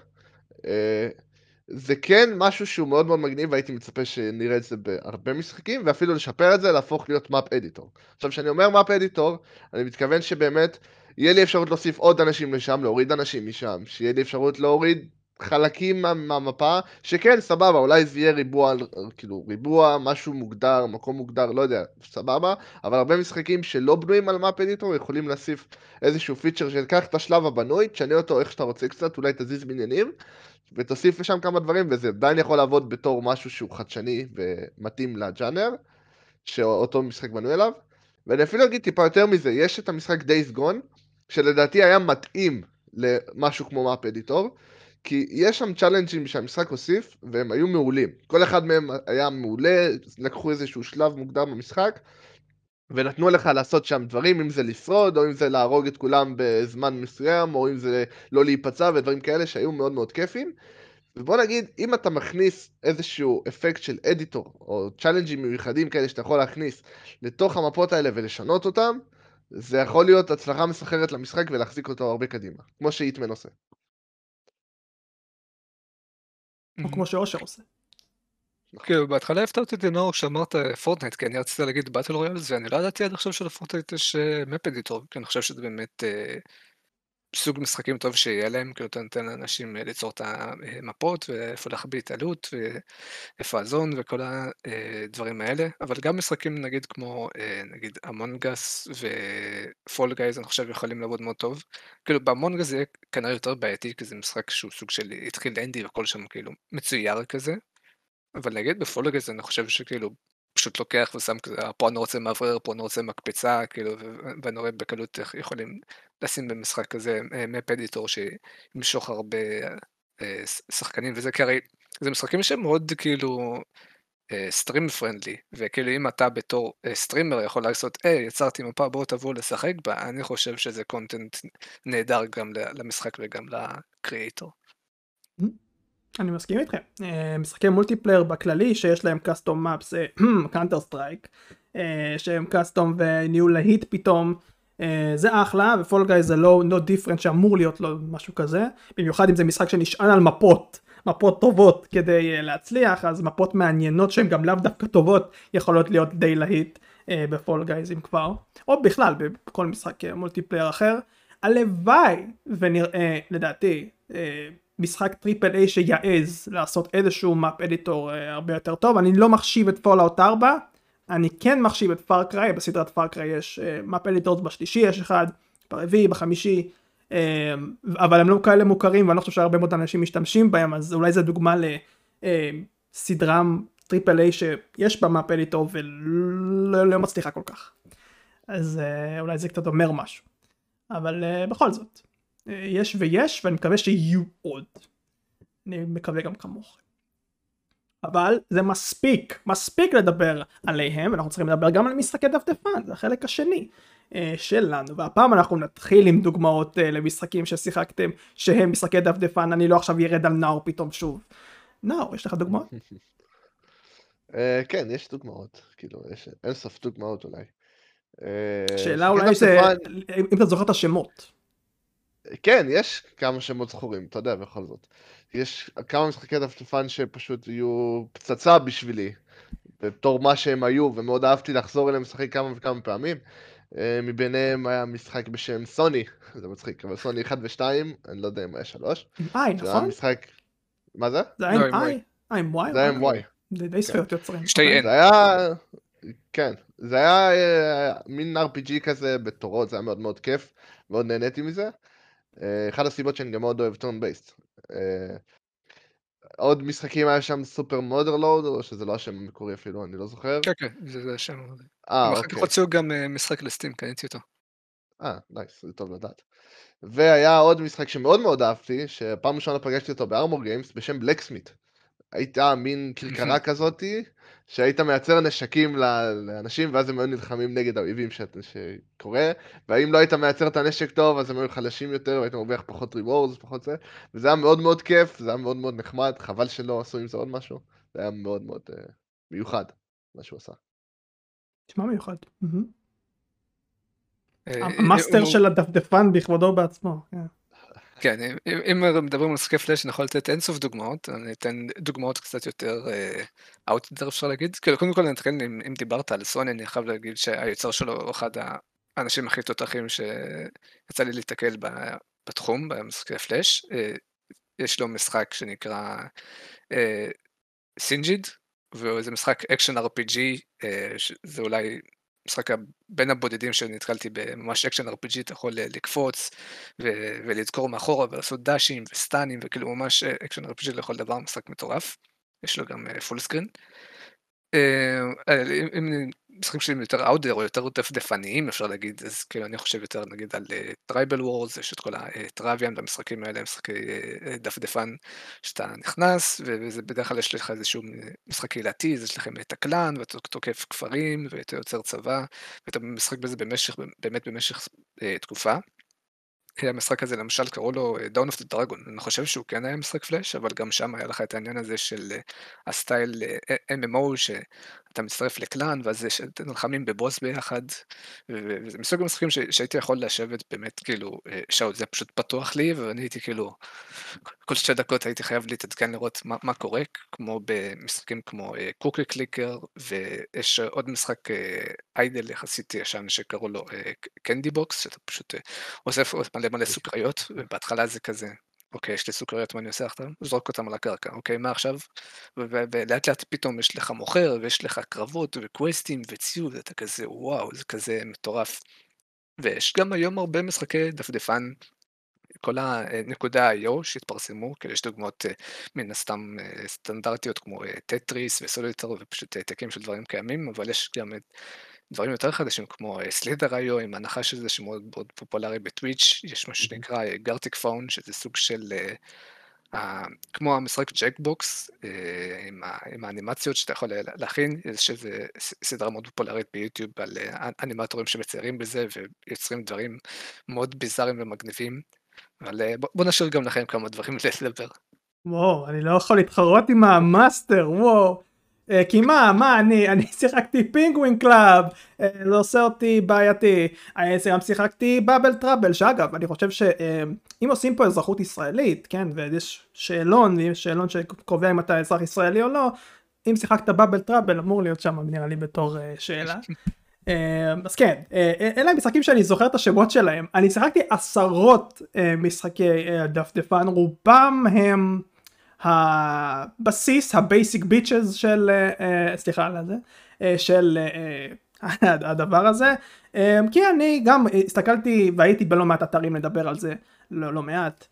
זה כן משהו שהוא מאוד מאוד מגניב, והייתי מצפה שנראה את זה בהרבה משחקים, ואפילו לשפר את זה, להפוך להיות מאפ אדיטור. עכשיו, כשאני אומר מאפ אדיטור, אני מתכוון שבאמת יהיה לי אפשרות להוסיף עוד אנשים לשם, להוריד אנשים משם, שיהיה לי אפשרות להוריד חלקים מה- מהמפה, שכן, סבבה, אולי זה יהיה ריבוע, כאילו, ריבוע, משהו מוגדר, מקום מוגדר, לא יודע, סבבה, אבל הרבה משחקים שלא בנויים על מאפ אדיטור, יכולים להוסיף איזשהו פיצ'ר שתיקח את השלב הבנוי, תשנה אותו איך שאתה רוצה קצת, אולי תזיז בניינים, ותוסיף לשם כמה דברים, וזה עדיין יכול לעבוד בתור משהו שהוא חדשני ומתאים לג'אנר, שאותו משחק בנוי אליו. ואני אפילו אגיד טיפה יותר מזה, יש את המשחק Days Gone, שלדעתי היה מתאים למשהו כמו מאפ אדיטור, כי יש שם צ'אלנג'ים שהמשחק הוסיף, והם היו מעולים. כל אחד מהם היה מעולה, לקחו איזשהו שלב מוקדם במשחק, ונתנו לך לעשות שם דברים, אם זה לשרוד, או אם זה להרוג את כולם בזמן מסוים, או אם זה לא להיפצע, ודברים כאלה שהיו מאוד מאוד כיפים. ובוא נגיד, אם אתה מכניס איזשהו אפקט של אדיטור, או צ'אלנג'ים מיוחדים כאלה שאתה יכול להכניס לתוך המפות האלה ולשנות אותם, זה יכול להיות הצלחה מסחררת למשחק ולהחזיק אותו הרבה קדימה, כמו שאיטמן עושה. או כמו שאושר עושה. כאילו, בהתחלה הפתעת אותי נאור כשאמרת פורטנייט, כי אני רציתי להגיד באטל רויאלס, ואני לא ידעתי עד עכשיו שלפורטנייט יש מפ אדיטור, כי אני חושב שזה באמת אה, סוג משחקים טוב שיהיה להם, כאילו אתה נותן לאנשים אה, ליצור את המפות, ואיפה להחביא התעלות, ואיפה הזון, וכל הדברים האלה, אבל גם משחקים נגיד כמו אה, נגיד המונגס ופול גייז, אני חושב יכולים לעבוד מאוד טוב. כאילו במונגס זה יהיה כנראה יותר בעייתי, כי זה משחק שהוא סוג של התחיל אנדי וכל שם כאילו מצויר כזה. אבל נגיד בפולגז אני חושב שכאילו פשוט לוקח ושם כזה, פה אני רוצה מאוורר, פה אני רוצה מקפצה, כאילו, ו- ואני רואה בקלות איך יכולים לשים במשחק כזה מפ אדיטור שימשוך הרבה אה, ש- שחקנים וזה, כי הרי זה משחקים שהם מאוד כאילו סטרים פרנדלי, וכאילו אם אתה בתור אה, סטרימר יכול לעשות, היי, יצרתי מפה, בואו תבואו לשחק בה, אני חושב שזה קונטנט נהדר גם ל- למשחק וגם לקריאייטור. אני מסכים איתכם. אה, משחקי מולטיפלייר בכללי שיש להם קאסטום מאפס, קאנטר סטרייק, שהם קאסטום וניהול להיט פתאום, אה, זה אחלה, ופול גאי זה לא no different שאמור להיות לו משהו כזה, במיוחד אם זה משחק שנשען על מפות, מפות טובות כדי אה, להצליח, אז מפות מעניינות שהן גם לאו דווקא טובות יכולות להיות די להיט אה, בפול גייז אם כבר, או בכלל בכל משחק אה, מולטיפלייר אחר. הלוואי ונראה לדעתי אה, משחק טריפל איי שיעז לעשות איזשהו מאפ אדיטור הרבה יותר טוב. אני לא מחשיב את פולאאוט ארבע, אני כן מחשיב את פאר קריי, בסדרת פאר קריי יש מאפ אדיטור בשלישי, יש אחד, ברביעי, בחמישי, אבל הם לא כאלה מוכרים ואני לא חושב שהרבה מאוד אנשים משתמשים בהם, אז אולי זו דוגמה לסדרה טריפל איי שיש בה מאפ אדיטור ולא לא מצליחה כל כך. אז אולי זה קצת אומר משהו, אבל בכל זאת. יש ויש, ואני מקווה שיהיו עוד. אני מקווה גם כמוך. אבל זה מספיק, מספיק לדבר עליהם, ואנחנו צריכים לדבר גם על משחקי דפדפן, זה החלק השני שלנו, והפעם אנחנו נתחיל עם דוגמאות למשחקים ששיחקתם, שהם משחקי דפדפן, אני לא עכשיו ירד על נאור פתאום שוב. נאור, יש לך דוגמאות? כן, יש דוגמאות, כאילו, יש אין סוף דוגמאות אולי. שאלה אולי זה, אם אתה זוכר את השמות. כן, יש כמה שמות זכורים, אתה יודע, בכל זאת. יש כמה משחקי דפדפן שפשוט יהיו פצצה בשבילי, בתור מה שהם היו, ומאוד אהבתי לחזור אליהם לשחק כמה וכמה פעמים. מביניהם היה משחק בשם סוני, זה מצחיק, אבל סוני אחד ושתיים, אני לא יודע אם היה שלוש. עם איי, נכון? משחק... מה זה? זה היה עם איי? אה, עם וואי? זה היה עם וואי. זה די זכויות יוצרים. שתי אין. זה היה... כן, זה היה מין אר פי ג'י כזה בתורות, זה היה מאוד מאוד כיף, מאוד נהניתי מזה. אחד הסיבות שאני גם מאוד אוהב טורן בייסט. עוד משחקים היה שם סופר מודרלוד, או שזה לא השם המקורי אפילו, אני לא זוכר. כן, כן, זה השם. אה, הם אחר אוקיי. כך הוציאו גם משחק לסטים, קניתי אותו. אה, נייס, זה טוב לדעת. והיה עוד משחק שמאוד מאוד אהבתי, שפעם ראשונה פגשתי אותו בארמור גיימס, בשם בלקסמית. הייתה מין כרכרה כזאתי, שהיית מייצר נשקים לאנשים, ואז הם היו נלחמים נגד האויבים שקורה, ואם לא היית מייצר את הנשק טוב, אז הם היו חלשים יותר, והיית מרוויח פחות ריוורדס, פחות זה, וזה היה מאוד מאוד כיף, זה היה מאוד מאוד נחמד, חבל שלא עשו עם זה עוד משהו, זה היה מאוד מאוד uh, מיוחד, מה שהוא עשה. תשמע מיוחד. המאסטר של הדפדפן בכבודו בעצמו. כן, אם מדברים על משחקי פלאש, אני יכול לתת אינסוף דוגמאות, אני אתן דוגמאות קצת יותר אאוטדר אפשר להגיד, כאילו קודם כל נתחיל, אם דיברת על סוני, אני חייב להגיד שהיוצר שלו הוא אחד האנשים הכי תותחים שיצא לי להתקל בתחום, במשחקי פלאש, יש לו משחק שנקרא סינג'יד, וזה משחק אקשן אר פי ג'י, זה אולי משחק בין הבודדים שנתקלתי בממש אקשן אר פי ג'י, אתה יכול לקפוץ ולזכור מאחורה ולעשות דאשים וסטנים, וכאילו ממש אקשן אר פי ג'י לכל דבר, משחק מטורף, יש לו גם פול סקרין. אם משחקים שהם יותר אאוטדור או יותר דפדפניים אפשר להגיד, אז כאילו אני חושב יותר נגיד על טרייבל וורז, יש את כל הטרוויאן במשחקים האלה, משחקי דפדפן שאתה נכנס, וזה בדרך כלל יש לך איזשהו משחק קהילתי, אז יש לכם את הקלאן, ואתה תוקף כפרים, ואתה יוצר צבא, ואתה משחק בזה במשך, באמת במשך תקופה. המשחק הזה למשל קראו לו Dawn of the Dragon, אני חושב שהוא כן היה משחק פלאש, אבל גם שם היה לך את העניין הזה של הסטייל אם אם או, שאתה מצטרף לקלאן, ואז אתם נלחמים בבוס ביחד, וזה מסוג המשחקים שהייתי יכול לשבת באמת כאילו, שעות זה פשוט פתוח לי, ואני הייתי כאילו, כל שתי דקות הייתי חייב להתעדכן לראות מה, מה קורה, כמו במשחקים כמו קוקי קליקר, ויש עוד משחק איידל יחסית ישן שקראו לו קנדי בוקס, שאתה פשוט אוסף מלא מלא סוכריות, ובהתחלה זה כזה, אוקיי, יש לי סוכריות, מה אני עושה עכשיו? זרוק אותם על הקרקע, אוקיי, מה עכשיו? ולאט לאט פתאום יש לך מוכר, ויש לך קרבות וקווסטים וציוד, אתה כזה, וואו, זה כזה מטורף. ויש גם היום הרבה משחקי דפדפן, כל הנקודה איי או שהתפרסמו, כאילו יש דוגמאות מן הסתם סטנדרטיות כמו טטריס וסוליטר ופשוט העתקים של דברים קיימים, אבל יש גם דברים יותר חדשים כמו סלידר איי או עם הנחה של זה שמאוד מאוד פופולרי בטוויץ', יש מה שנקרא גרטיק פאון, שזה סוג של, כמו המשחק ג'קבוקס, עם האנימציות שאתה יכול להכין, שזה סדרה מאוד פופולרית ביוטיוב על אנימטורים שמציירים בזה ויוצרים דברים מאוד ביזאריים ומגניבים. אבל בוא נשאיר גם לכם כמה דברים לדבר. וואו, אני לא יכול להתחרות עם המאסטר, וואו. כי מה, מה, אני, אני שיחקתי פינגווין קלאב, לא עושה אותי בעייתי. אני גם שיחקתי באבל טראבל, שאגב, אני חושב שאם עושים פה אזרחות ישראלית, כן, ויש שאלון, ויש שאלון שקובע אם אתה אזרח ישראלי או לא, אם שיחקת באבל טראבל, אמור להיות שם, נראה לי בתור שאלה. אז כן, אלה המשחקים שאני זוכר את השמות שלהם. אני שיחקתי עשרות משחקי דפדפן, רובם הם הבסיס, הבייסיק ביצ'ז של, סליחה על זה, של הדבר הזה, כי אני גם הסתכלתי והייתי בלא מעט אתרים לדבר על זה לא, לא מעט,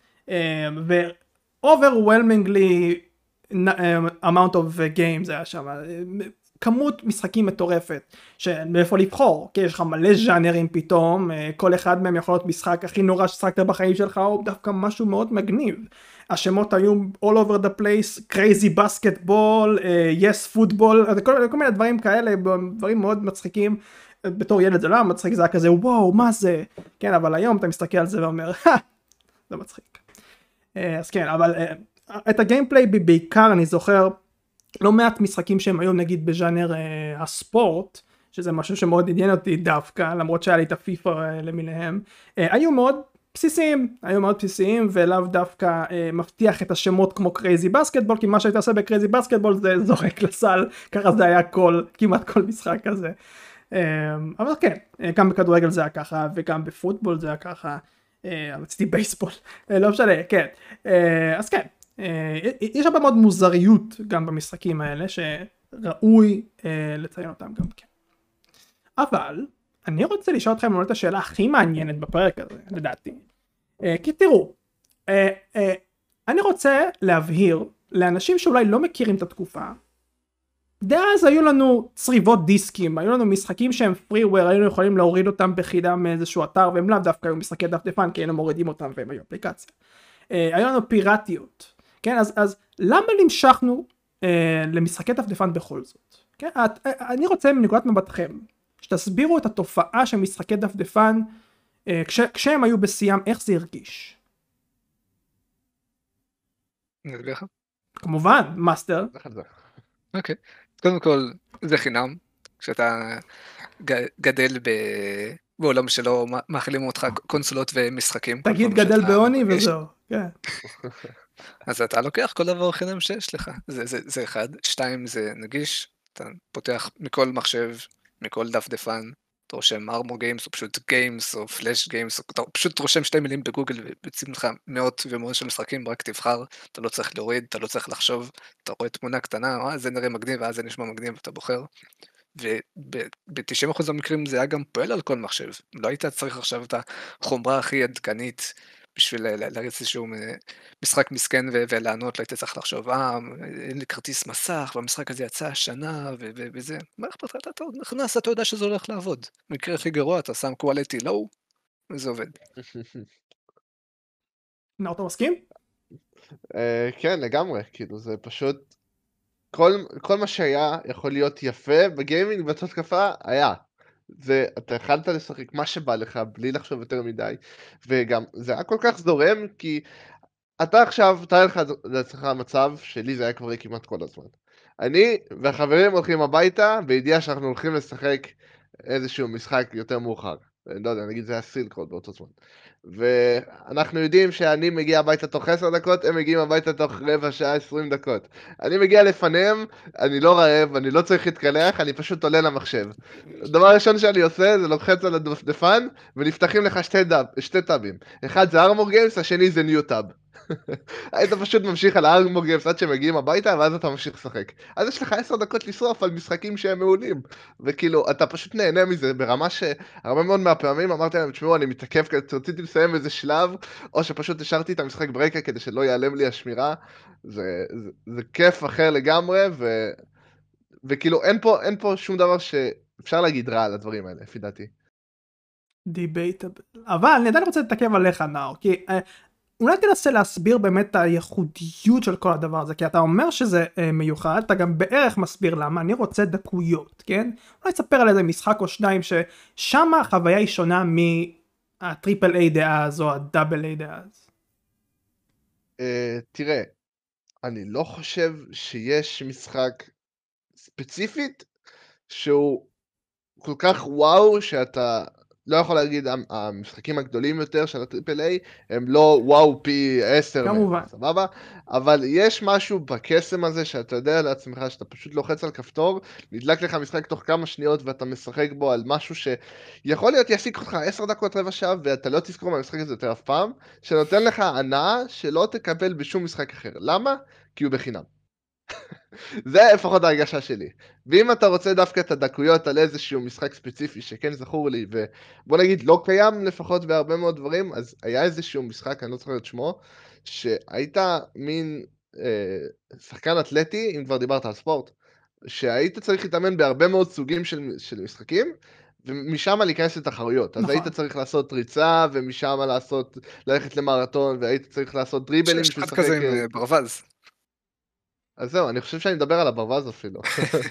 ו-overwhelmingly amount of games היה שם, כמות משחקים מטורפת, מאיפה לבחור, כי יש לך מלא ז'אנרים פתאום, כל אחד מהם יכול להיות משחק הכי נורא ששחקת בחיים שלך, או דווקא משהו מאוד מגניב. השמות היו all over the place, crazy basketball, uh, yes football, כל, כל מיני דברים כאלה, דברים מאוד מצחיקים. בתור ילד זה לא מצחיק, זה היה כזה וואו מה זה, כן, אבל היום אתה מסתכל על זה ואומר, זה מצחיק. אז כן, אבל את הגיימפליי בעיקר אני זוכר, לא מעט משחקים שהם היו נגיד בז'אנר אה, הספורט, שזה משהו שמאוד עניין אותי דווקא, למרות שהיה לי את הפיפה אה, למיניהם, אה, היו מאוד בסיסיים, היו מאוד בסיסיים, ולאו דווקא אה, מבטיח את השמות כמו קרייזי בסקטבול, כי מה שהיית עושה בקרייזי בסקטבול זה זורק לסל, ככה זה היה כל, כמעט כל משחק כזה. אה, אבל כן, אה, גם בכדורגל זה היה ככה, וגם בפוטבול זה היה ככה, אה, רציתי בייסבול, אה, לא משנה, כן, אה, אז כן. יש הרבה מאוד מוזריות גם במשחקים האלה שראוי לציין אותם גם כן. אבל אני רוצה לשאול אתכם את השאלה הכי מעניינת בפרק הזה לדעתי, כי תראו, אני רוצה להבהיר לאנשים שאולי לא מכירים את התקופה, דאז היו לנו צריבות דיסקים, היו לנו משחקים שהם freeware, היינו יכולים להוריד אותם בחידה מאיזשהו אתר, והם לאו דווקא היו משחקי דפדפן כי היינו מורידים אותם והם היו אפליקציה. היו לנו פיראטיות. כן, אז, אז למה נמשכנו אה, למשחקי דפדפן בכל זאת? כן, את, אני רוצה מנקודת מבטכם, שתסבירו את התופעה של משחקי דפדפן, אה, כש, כשהם היו בסיים, איך זה הרגיש? נסביר לך? כמובן, מאסטר. אוקיי, קודם כל, זה חינם, כשאתה גדל ב... בעולם שלא מאכילים אותך קונסולות ומשחקים. תגיד גדל בעוני וזהו, כן. אז אתה לוקח כל דבר חינם שיש לך, זה, זה, זה אחד. שתיים, זה נגיש, אתה פותח מכל מחשב, מכל דפדפן, אתה רושם ארמור גיימס, או פשוט גיימס, או פלאש גיימס, אתה פשוט רושם שתי מילים בגוגל, ויוצאים לך מאות ומאות של משחקים, רק תבחר, אתה לא צריך להוריד, אתה לא צריך לחשוב, אתה רואה תמונה קטנה, אה, זה נראה מגניב, ואז זה נשמע מגניב, ואתה בוחר. וב-תשעים אחוז המקרים זה היה גם פועל על כל מחשב, לא היית צריך עכשיו את החומרה הכי עדכנית, בשביל להריץ איזשהו משחק מסכן ולענות, לא היית צריך לחשוב, אה, אין לי כרטיס מסך, והמשחק הזה יצא השנה, וזה, מה אכפת, אתה נכנס, אתה יודע שזה הולך לעבוד. במקרה הכי גרוע, אתה שם quality low, וזה עובד. נאור, אתה מסכים? כן, לגמרי, כאילו זה פשוט, כל מה שהיה יכול להיות יפה בגיימינג באותה תקופה, היה. זה, אתה יכלת לשחק מה שבא לך, בלי לחשוב יותר מדי, וגם זה היה כל כך זורם, כי אתה עכשיו, תאר לך לעצמך מצב שלי זה היה כבר כמעט כל הזמן. אני והחברים הולכים הביתה, בידיעה שאנחנו הולכים לשחק איזשהו משחק יותר מאוחר. אני לא יודע, נגיד זה היה סילקרוד באותו זמן. ואנחנו יודעים שאני מגיע הביתה תוך עשר דקות, הם מגיעים הביתה תוך רבע שעה, עשרים דקות. אני מגיע לפניהם, אני לא רעב, אני לא צריך להתקלח, אני פשוט עולה למחשב. הדבר הראשון שאני עושה זה לוחץ על הדפדפן, ונפתחים לך שתי, דאב, שתי טאבים. אחד זה ארמור גיימס, השני זה ניו טאב. היית פשוט ממשיך על הארמור גיימס עד שהם מגיעים הביתה, ואז אתה ממשיך לשחק. אז יש לך עשר דקות לשרוף על משחקים שהם מעולים. וכאילו, אתה פשוט נהנה מזה ברמה שהרבה מאוד מהפעמים אמרתי להם, תשמעו, אני מתעכב, רציתי לסיים איזה שלב, או שפשוט השארתי את המשחק ברקע כדי שלא ייעלם לי השמירה. זה, זה, זה כיף אחר לגמרי, ו, וכאילו, אין פה, אין פה שום דבר שאפשר להגיד רע על הדברים האלה, לפי דעתי. דיבייטבל. אבל אני עדיין רוצה להתעכב עליך, נאור, כי אה, אולי תנסה להסביר באמת את הייחודיות של כל הדבר הזה, כי אתה אומר שזה אה, מיוחד, אתה גם בערך מסביר למה, אני רוצה דקויות, כן? אולי תספר על איזה משחק או שניים ששם החוויה היא שונה מהטריפל איי דאז או הדאבל איי דאז. Uh, תראה, אני לא חושב שיש משחק ספציפית שהוא כל כך וואו שאתה לא יכול להגיד, המשחקים הגדולים יותר של הטריפל איי הם לא וואו פי עשר, כמובן. סבבה? אבל יש משהו בקסם הזה שאתה יודע לעצמך שאתה פשוט לוחץ על כפתור, נדלק לך משחק תוך כמה שניות ואתה משחק בו על משהו שיכול להיות יעסיק אותך עשר דקות רבע שעה ואתה לא תזכור מהמשחק הזה יותר אף פעם, שנותן לך הנאה שלא תקבל בשום משחק אחר. למה? כי הוא בחינם. זה לפחות ההרגשה שלי. ואם אתה רוצה דווקא את הדקויות על איזשהו משחק ספציפי שכן זכור לי, ובוא נגיד לא קיים לפחות בהרבה מאוד דברים, אז היה איזשהו משחק, אני לא זוכר את שמו, שהיית מין אה, שחקן אתלטי, אם כבר דיברת על ספורט, שהיית צריך להתאמן בהרבה מאוד סוגים של, של משחקים, ומשם להיכנס לתחרויות. אז נכון. היית צריך לעשות ריצה, ומשם לעשות, ללכת למרתון, והיית צריך לעשות דריבלים. יש אחד כזה עם ברווז. אז זהו, אני חושב שאני מדבר על הברווז אפילו.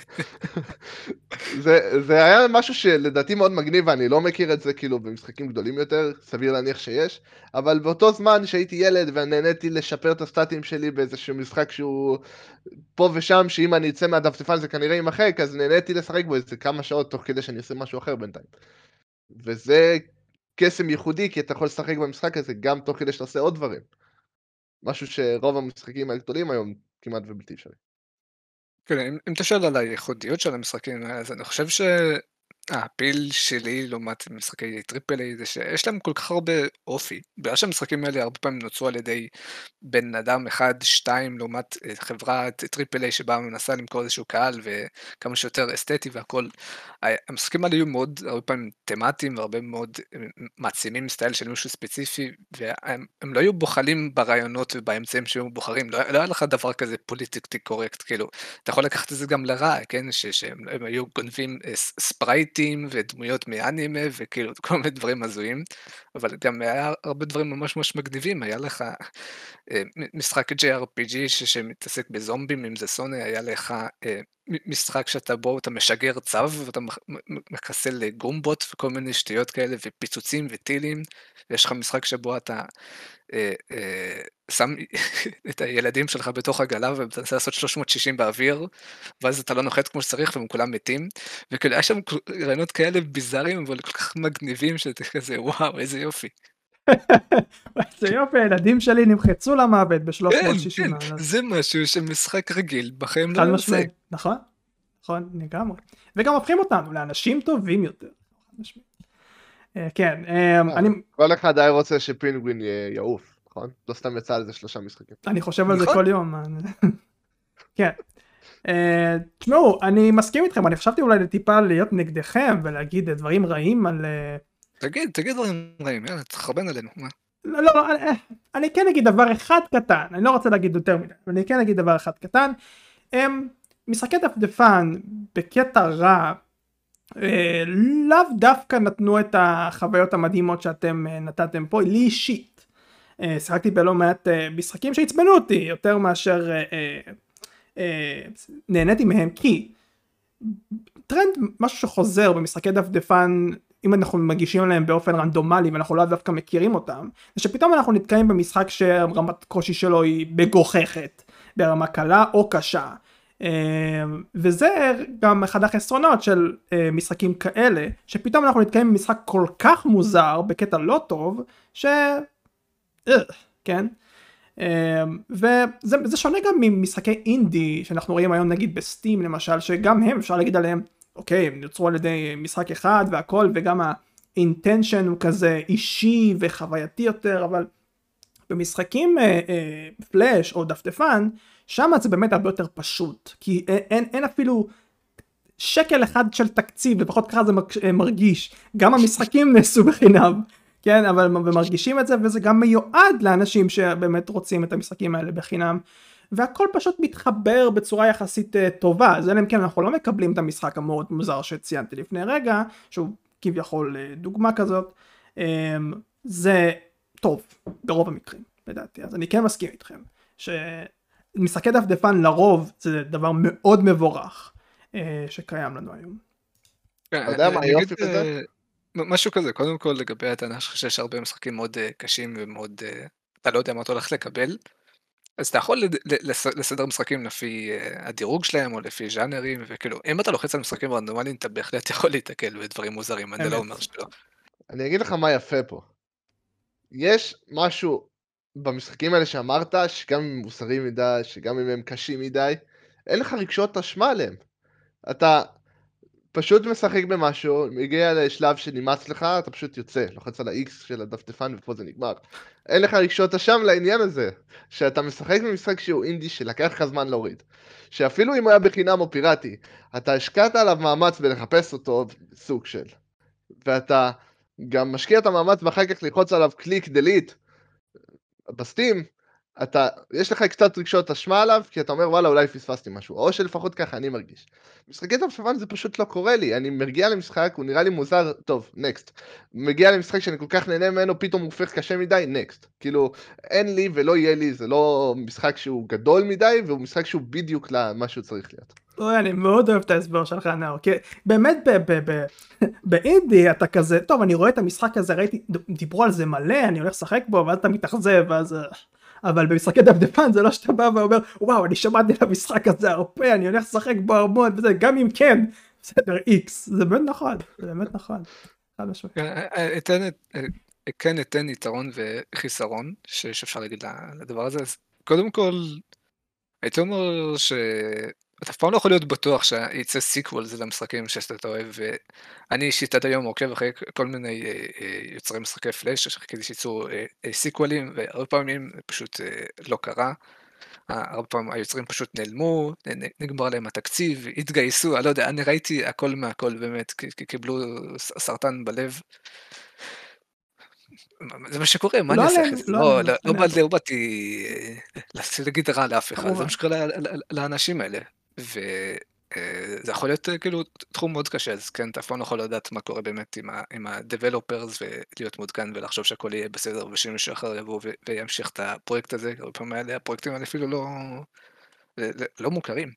זה, זה היה משהו שלדעתי מאוד מגניב, ואני לא מכיר את זה כאילו במשחקים גדולים יותר, סביר להניח שיש, אבל באותו זמן שהייתי ילד ונהניתי לשפר את הסטטים שלי באיזשהו משחק שהוא פה ושם, שאם אני אצא מהדפדפן זה כנראה יימחק, אז נהניתי לשחק בו איזה כמה שעות תוך כדי שאני אעשה משהו אחר בינתיים. וזה קסם ייחודי, כי אתה יכול לשחק במשחק הזה גם תוך כדי שאתה עושה עוד דברים. משהו שרוב המשחקים הגדולים היום כמעט ובלתי אפשרי. כן, אם, אם אתה שואל על הייחודיות של המשחקים, אז אני חושב שהפיל שלי לעומת משחקי טריפל איי זה שיש להם כל כך הרבה אופי. בגלל שהמשחקים האלה הרבה פעמים נוצרו על ידי בן אדם אחד, שתיים, לעומת חברה טריפל איי שבה מנסה למכור איזשהו קהל וכמה שיותר אסתטי והכל. המשחקים האלה היו מאוד הרבה פעמים תמטיים והרבה מאוד מעצימים סטייל של מישהו ספציפי, והם לא היו בוחלים ברעיונות ובאמצעים שהיו בוחרים. לא, לא היה לך דבר כזה פוליטיקלי קורקט, כאילו. אתה יכול לקחת את זה גם לרע, כן? ש- שהם היו גונבים ספרייטים ודמויות מאנימה וכאילו כל מיני דברים הזויים, אבל גם היה הרבה דברים ממש ממש מגניבים. היה לך אה, משחק ג'יי אר פי ג'י ש- שמתעסק בזומבים, אם זה סוני, היה לך אה, משחק שאתה בו, אתה משגר צו ואתה מחסל גומבות וכל מיני שטויות כאלה ופיצוצים וטילים, ויש לך משחק שבו אתה אה, אה, שם את הילדים שלך בתוך הגלה ואתה מנסה לעשות שלוש מאות שישים באוויר, ואז אתה לא נוחת כמו שצריך והם כולם מתים, וכאילו היה שם רעיונות כאלה ביזאריים אבל כל כך מגניבים שאתה כזה וואו איזה יופי. איזה יופי, הילדים שלי נמחצו למוות ב-שלוש מאות שישים. כן, כן, זה משהו שמשחק רגיל בחיים חד לא משמעי, יוצא. נכון, נכון, לגמרי. וגם הופכים אותנו לאנשים טובים יותר. משמעית. אה, כן, אה, אה, אני, כל אחד היה רוצה שפינגווין י- יעוף, נכון? לא סתם יצא על זה שלושה משחקים. אני חושב על זה נכון. כל יום. אני- כן. אה, תשמעו, אני מסכים איתכם, אני חשבתי אולי טיפה להיות נגדכם ולהגיד דברים רעים על... אה, תגיד, תגיד דברים רעים, יאללה, תחרבן עלינו. מה? לא, לא, אני, אה, אני כן אגיד דבר אחד קטן, אני לא רוצה להגיד יותר מדי, אבל אני כן אגיד דבר אחד קטן. הם, משחקי דפדפן בקטע רע, אה, לאו דווקא נתנו את החוויות המדהימות שאתם אה, נתתם פה, לי אישית. אה, שיחקתי בלא מעט אה, משחקים שהצבנו אותי יותר מאשר אה, אה, אה, נהניתי מהם, כי טרנד, משהו שחוזר במשחקי דפדפן, אם אנחנו מגישים להם באופן רנדומלי ואנחנו לא דווקא מכירים אותם, זה שפתאום אנחנו נתקעים במשחק שרמת קושי שלו היא מגוחכת, ברמה קלה או קשה. אה, וזה גם אחד החסרונות של אה, משחקים כאלה, שפתאום אנחנו נתקעים במשחק כל כך מוזר, בקטע לא טוב, ש... אה, כן? וזה זה שונה גם ממשחקי אינדי שאנחנו רואים היום נגיד בסטים למשל, שגם הם אפשר להגיד עליהם אוקיי, הם יוצרו על ידי משחק אחד והכל, וגם האינטנשן הוא כזה אישי וחווייתי יותר, אבל במשחקים אה, אה, פלאש או דפדפן, שם זה באמת הרבה יותר פשוט, כי אין, אין, אין אפילו שקל אחד של תקציב, לפחות ככה זה מרגיש, גם המשחקים נעשו בחינם, כן, אבל ומרגישים את זה, וזה גם מיועד לאנשים שבאמת רוצים את המשחקים האלה בחינם, והכל פשוט מתחבר בצורה יחסית uh, טובה, אז אלא אם כן אנחנו לא מקבלים את המשחק המאוד מוזר שציינתי לפני רגע, שהוא כביכול uh, דוגמה כזאת, um, זה טוב ברוב המקרים, לדעתי, אז אני כן מסכים איתכם, שמשחקי דפדפן לרוב זה דבר מאוד מבורך, uh, שקיים לנו היום. אתה יודע מה היופי בזה? משהו כזה, קודם כל לגבי הטענה שלך שיש הרבה משחקים מאוד uh, קשים ומאוד, uh, אתה לא יודע מה אתה הולך לקבל, אז אתה יכול לד- ל- לס- לסדר משחקים לפי uh, הדירוג שלהם או לפי ז'אנרים, וכאילו, אם אתה לוחץ על משחקים רנדומליים, אתה בהחלט יכול להתקל בדברים מוזרים, אני לא אמת. אומר שלא. אני אגיד לך מה יפה פה. יש משהו במשחקים האלה שאמרת, שגם אם הם מוסריים מדי, שגם אם הם קשים מדי, אין לך רגשות אשמה עליהם. אתה פשוט משחק במשהו, מגיע לשלב שנמאס לך, אתה פשוט יוצא, לוחץ על ה-X של הדפדפן ופה זה נגמר. אין לך רגשות אשם לעניין הזה, שאתה משחק במשחק שהוא אינדי שלקח לך זמן להוריד. שאפילו אם הוא היה בחינם או פיראטי, אתה השקעת עליו מאמץ בלחפש אותו סוג של. ואתה גם משקיע את המאמץ ואחר כך ללחוץ עליו קליק דליט בסטים, אתה, יש לך קצת רגשות אשמה עליו, כי אתה אומר וואלה אולי פספסתי משהו, או שלפחות ככה אני מרגיש. משחקי דפדפן זה פשוט לא קורה לי, אני מגיע למשחק, הוא נראה לי מוזר, טוב, נקסט. מגיע למשחק שאני כל כך נהנה ממנו, פתאום הוא הופך קשה מדי, נקסט. כאילו, אין לי ולא יהיה לי, זה לא משחק שהוא גדול מדי, והוא משחק שהוא בדיוק למה שהוא צריך להיות. אוי, אני מאוד אוהב את ההסבר שלך, נאור, כי באמת ב- ב- ב- באינדי אתה כזה, טוב, אני רואה את המשחק הזה, ראיתי, דיברו על זה מלא, אני הולך לשחק בו, ואז אתה מתאכזב, ואז... אבל במשחקי דפדפן זה לא שאתה בא ואומר, וואו, אני שמעתי על המשחק הזה הרבה, אני הולך לשחק בו הרבה, וזה, גם אם כן, בסדר, איקס, זה באמת נכון, זה באמת נכון. חד משמעית. אתן, כן אתן יתרון וחיסרון שאפשר להגיד לדבר הזה, אז קודם כל, הייתי אומר שאתה אף פעם לא יכול להיות בטוח שיצא סיקוול זה למשחקים שאתה אוהב, ואני אישית עד היום עוקב אחרי כל מיני יוצרי משחקי פלאש, כדי שיצאו סיקוולים, והרבה פעמים פשוט לא קרה, הרבה פעמים היוצרים פשוט נעלמו, נגמר עליהם התקציב, התגייסו, אני לא יודע, אני ראיתי הכל מהכל באמת, קיבלו סרטן בלב, זה מה שקורה, מה אני אעשה אחרי זה? לא באתי להגיד רע לאף אחד, זה מה שקורה לאנשים האלה, וזה יכול להיות כאילו תחום מאוד קשה, אז כן, אתה אף פעם לא יכול לדעת מה קורה באמת עם ה-developers ולהיות מעודכן ולחשוב שהכל יהיה בסדר ושמישהו אחר יבוא וימשיך את הפרויקט הזה, הרבה פעמים האלה, הפרויקטים האלה אפילו לא מוכרים.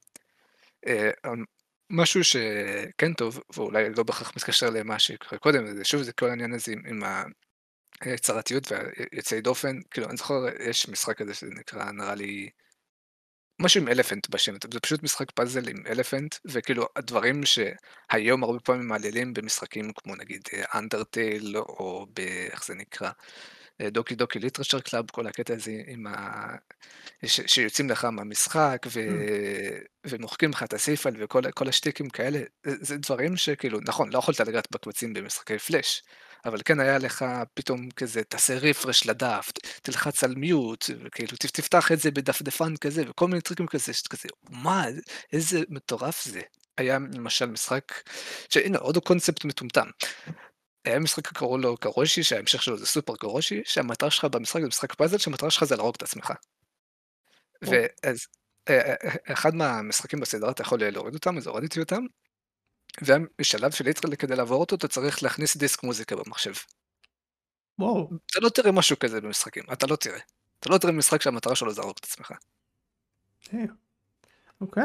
משהו שכן טוב, ואולי לא בהכרח מתקשר למה שקורה קודם, זה שוב, זה כל העניין הזה עם ה... יצירתיות ויוצאי דופן, כאילו אני זוכר יש משחק כזה שזה נקרא נראה לי משהו עם אלפנט בשם, זה פשוט משחק פאזל עם אלפנט, וכאילו הדברים שהיום הרבה פעמים מעלילים במשחקים כמו נגיד אנדרטייל או באיך זה נקרא דוקי דוקי ליטרצ'ר קלאב, כל הקטע הזה עם ה... ש... שיוצאים לך מהמשחק ו... ומוחקים לך את הסייפל וכל כל השטיקים כאלה, זה, זה דברים שכאילו, נכון, לא יכולת לגעת בקבצים במשחקי פלאש, אבל כן היה לך פתאום כזה, תעשה רפרש לדף, תלחץ על מיוט, וכאילו תפתח את זה בדפדפן כזה, וכל מיני טריקים כזה, כזה, מה, איזה מטורף זה. היה למשל משחק, שהנה עוד קונספט מטומטם. היה משחק קראו לו קרושי, שההמשך שלו זה סופר קרושי, שהמטרה שלך במשחק זה משחק פאזל, שהמטרה שלך זה להרוג את עצמך. ואז אחד מהמשחקים בסדרה אתה יכול להוריד אותם, אז הורדתי אותם, ובשלב של ליטרלי כדי לעבור אותו, אתה צריך להכניס דיסק מוזיקה במחשב. וואו. אתה לא תראה משהו כזה במשחקים, אתה לא תראה. אתה לא תראה משחק שהמטרה שלו זה להרוג את עצמך. אוקיי.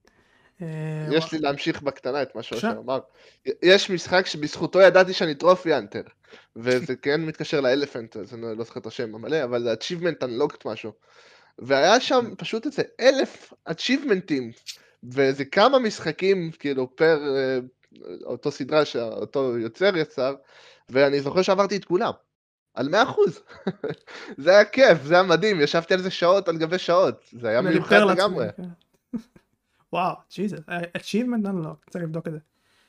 יש לי להמשיך בקטנה את מה שאושר אמר. יש משחק שבזכותו ידעתי שאני טרופי אנטר, וזה כן מתקשר לאלפנט, אז אני לא זוכר את השם המלא, אבל זה achievement unlocked משהו. והיה שם פשוט איזה אלף achievementים, וזה כמה משחקים כאילו פר אותו סדרה שאותו יוצר יצר, ואני זוכר שעברתי את כולם. על מאה אחוז. זה היה כיף, זה היה מדהים, ישבתי על זה שעות על גבי שעות, זה היה מיוחד לגמרי. וואו, ג'יזוס, achievement unlocked, צריך לבדוק את זה.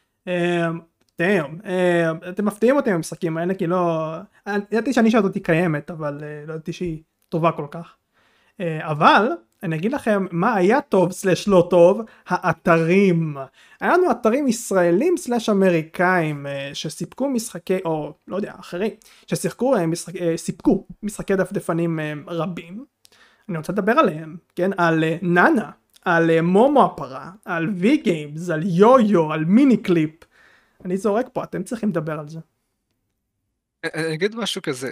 דאם, אתם מפתיעים אותי עם המשחקים האלה, כי לא, ידעתי שאני שאלת אותי קיימת, אבל לא ידעתי שהיא טובה כל כך. אבל, אני אגיד לכם מה היה טוב סלש לא טוב, האתרים. היה לנו אתרים ישראלים סלש אמריקאים, שסיפקו משחקי, או לא יודע, אחרים, שסיפקו סיפקו משחקי דפדפנים רבים. אני רוצה לדבר עליהם, כן? על נאנה. על מומו הפרה, על וי גיימס, על יו-יו, על מיני קליפ. אני זורק פה, אתם צריכים לדבר על זה. אני אגיד משהו כזה.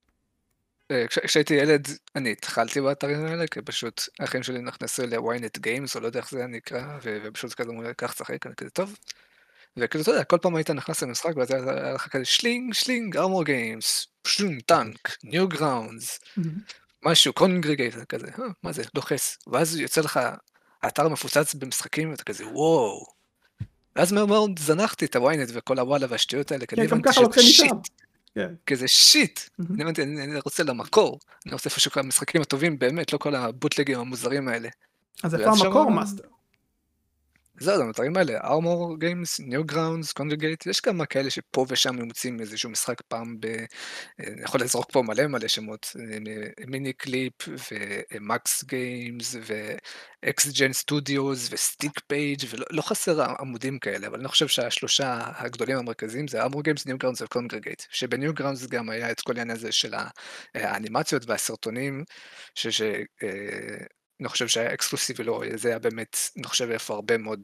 כשהייתי ילד, אני התחלתי באתרים האלה, כי פשוט האחים שלי נכנסו ל-ynet games, או לא יודע איך זה נקרא, ופשוט כזה אמרו לי, כך צחק, אני כזה טוב. וכזה, אתה יודע, כל פעם היית נכנס למשחק, ואז היה לך כזה שלינג, שלינג, ארמור גיימס, פשוט טאנק, ניו גראונדס, משהו, קונגריגייט, כזה, מה זה, לוחס. ואז יוצא לך האתר מפוצץ במשחקים, ואתה כזה, וואו. ואז מאוד מאוד זנחתי את הוויינט וכל הוואלה והשטויות האלה, כן, גם ככה לוקחים משם. כזה שיט. אני רוצה למקור. אני רוצה איפה שכל המשחקים הטובים באמת, לא כל הבוטלגים המוזרים האלה. אז איפה המקור, מאסטר? זהו, המטרים האלה, ארמור גיימס, ניו גראונדס, קונגריגייט, יש כמה כאלה שפה ושם ממוצאים איזשהו משחק פעם ב... אני יכול לזרוק פה מלא מלא שמות, מיני קליפ ומקס גיימס ואקסג'ן סטודיוס וסטיק פייג' ולא חסר עמודים כאלה, אבל אני חושב שהשלושה הגדולים המרכזיים זה ארמור גיימס, ניו גראונדס וקונגריגייט, שבניו גראונדס גם היה את כל העניין הזה של האנימציות והסרטונים, ש... אני חושב שהיה אקסקלוסיבי לו, זה היה באמת, אני חושב איפה הרבה מאוד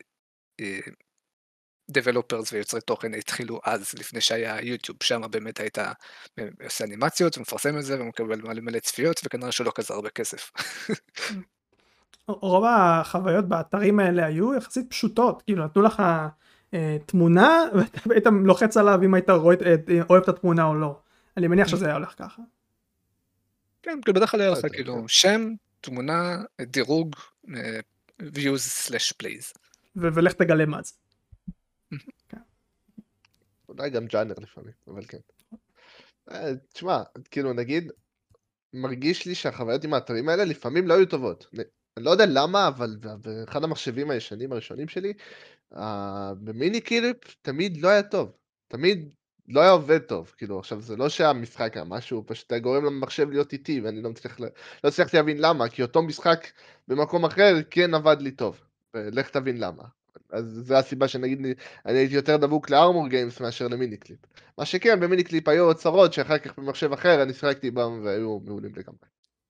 דבלופרס ויוצרי תוכן התחילו אז, לפני שהיה יוטיוב, שם באמת היית עושה אנימציות ומפרסם את זה ומקבל מלא מלא צפיות, וכנראה שלא כזה הרבה כסף. רוב החוויות באתרים האלה היו יחסית פשוטות, כאילו נתנו לך תמונה, והיית לוחץ עליו אם היית אוהב את התמונה או לא. אני מניח שזה היה הולך ככה. כן, בדרך כלל היה לך כאילו שם, תמונה, דירוג, views slash plays. ולך תגלה מה זה. אולי גם ג'אנר לפעמים, אבל כן. תשמע, כאילו נגיד, מרגיש לי שהחוויות עם האתרים האלה לפעמים לא היו טובות. אני לא יודע למה, אבל באחד המחשבים הישנים הראשונים שלי, במיני קליפ תמיד לא היה טוב. תמיד לא היה עובד טוב, כאילו, עכשיו זה לא שהמשחק היה משהו, פשוט היה גורם למחשב להיות איטי, ואני לא מצליח, לא הצליח להבין למה, כי אותו משחק במקום אחר כן עבד לי טוב, ולך תבין למה. אז זו הסיבה שנגיד, אני הייתי יותר דבוק לארמור גיימס מאשר למיני קליפ. מה שכן, במיני קליפ היו אוצרות, שאחר כך במחשב אחר, אני שחקתי בהם, והיו מעולים לגמרי.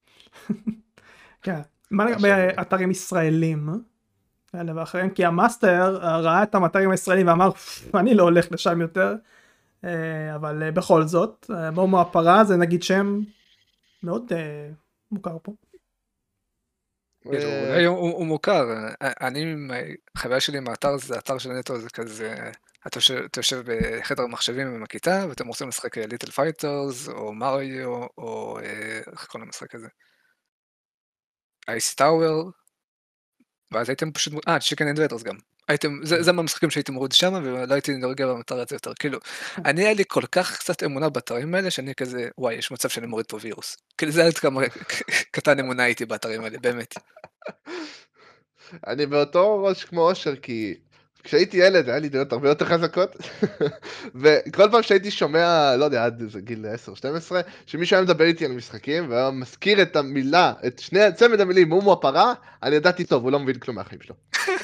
כן, מה לגבי אתרים ישראלים? כאלה ואחרים, כי המאסטר ראה את המאתרים הישראלים ואמר, אני לא הולך לשם יותר, אבל בכל זאת, מומו הפרה זה נגיד שם מאוד מוכר פה. הוא מוכר, אני, החוויה שלי מהאתר זה, האתר של נטו זה כזה, אתה יושב בחדר מחשבים עם הכיתה, ואתם רוצים לשחק ליטל פייטרס, או מריו, או איך קוראים למשחק הזה? אייס טאוור, ואז הייתם פשוט, אה, צ'יקן אנד ריידרס גם. הייתם, זה, זה מהמשחקים שהייתי מוריד שם, ולא הייתי נוגע במטרה הזה יותר, כאילו, אני היה לי כל כך קצת אמונה באתרים האלה, שאני כזה, וואי, יש מצב שאני מוריד פה וירוס. כאילו, זה היה כמה קטן אמונה הייתי באתרים האלה, באמת. אני באותו ראש כמו אושר, כי כשהייתי ילד היה לי דעות הרבה יותר חזקות, וכל פעם שהייתי שומע, לא יודע, עד איזה גיל עשר שתים עשרה, שמישהו היה מדבר איתי על משחקים, והיה מזכיר את המילה, את שני צמד המילים, מומו הפרה, אני ידעתי טוב, הוא לא מבין כלום מהחיים שלו.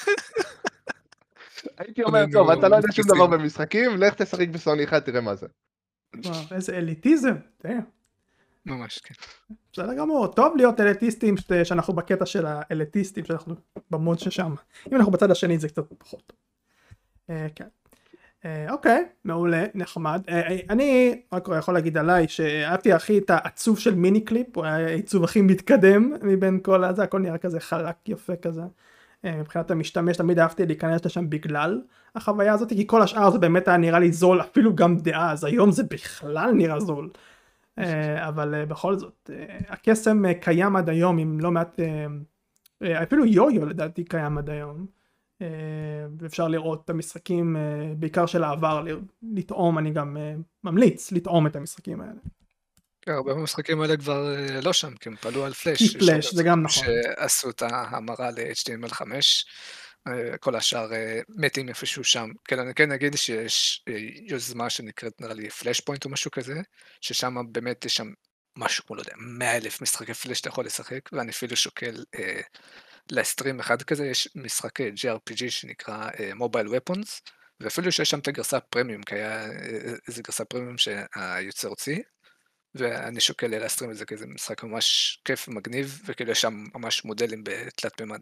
הייתי אומר, טוב, אתה לא יודע שום דבר במשחקים, לך תשחק בסוני אחד, תראה מה זה. וואו, איזה אליטיזם, תראה. ממש, כן. בסדר גמור, טוב להיות אליטיסטים, ש- שאנחנו בקטע של האליטיסטים, שאנחנו במוד ששם. אם אנחנו בצד השני זה קצת פחות טוב. אה, כן. אה, אוקיי, מעולה, נחמד. אה, אה, אני רק יכול להגיד עליי שאהבתי הכי את העצוב של מיני קליפ, הוא היה העיצוב הכי מתקדם מבין כל הזה, הכל נראה כזה חלק יפה כזה. אה, מבחינת המשתמש תמיד אהבתי להיכנס לשם בגלל החוויה הזאת, כי כל השאר זה באמת היה נראה לי זול, אפילו גם דעה, אז היום זה בכלל נראה זול. אה, אבל אה, בכל זאת, אה, הקסם אה, קיים עד היום עם לא מעט, אה, אה, אפילו יו-יו לדעתי קיים עד היום. אה, ואפשר לראות את המשחקים, אה, בעיקר של העבר, ל- לטעום, אני גם אה, ממליץ לטעום את המשחקים האלה. כן, הרבה מהמשחקים האלה כבר אה, לא שם, כי הם פעלו על פלאש. כי יש הרבה פלאש, זה גם משחקים נכון. שעשו את ההמרה ל-אייץ' די אם אל חמש, אה, כל השאר אה, מתים איפשהו שם. כן, אני כן אגיד שיש אה, יוזמה שנקראת נראה לי פלאש פוינט או משהו כזה, ששם באמת יש שם משהו כמו, לא יודע, מאה אלף משחקי פלאש שאתה יכול לשחק, ואני אפילו שוקל אה, להסטרים אחד כזה, יש משחק אה, ג'י אר פי ג'י שנקרא מובייל ופונס, ואפילו שיש שם את הגרסה פרמיום, כי היה אה, איזה גרסה פרמיום שהיוצר הוציא, ואני שוקל להסטרים את זה, כי זה משחק ממש כיף ומגניב, וכאילו יש שם ממש מודלים בתלת מימד.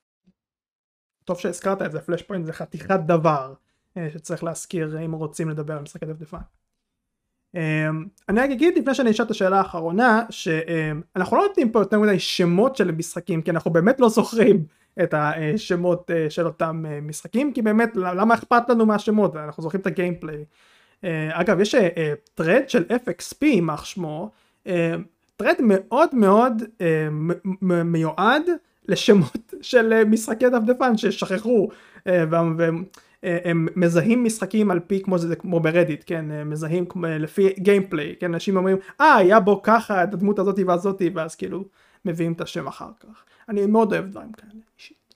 טוב שהזכרת את זה, פלאש פוינט זה חתיכת דבר אה, שצריך להזכיר אה, אם רוצים לדבר על משחקי דפדפן. אה, אני רק אגיד לפני שאני אשאל את השאלה האחרונה, שאנחנו לא נותנים פה יותר מדי שמות של משחקים, כי אנחנו באמת לא זוכרים את השמות אה, של אותם אה, משחקים, כי באמת למה אכפת לנו מהשמות, אנחנו זוכרים את הגיימפליי. אה, אגב, יש אה, טרד של אף אקס פי, יימח שמו, אה, טרד מאוד מאוד אה, מ- מ- מיועד לשמות של אה, משחקי דפדפן ששכחו, אה, והם והם, אה, הם מזהים משחקים על פי כמו זה כמו ברדיט, כן, אה, מזהים כמו- אה, לפי גיימפליי, כן, אנשים אומרים אה היה בו ככה את הדמות הזאתי והזאתי, ואז כאילו מביאים את השם אחר כך. אני מאוד אוהב דברים כאלה אישית.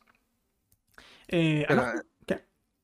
אה, כן, אנחנו- כן,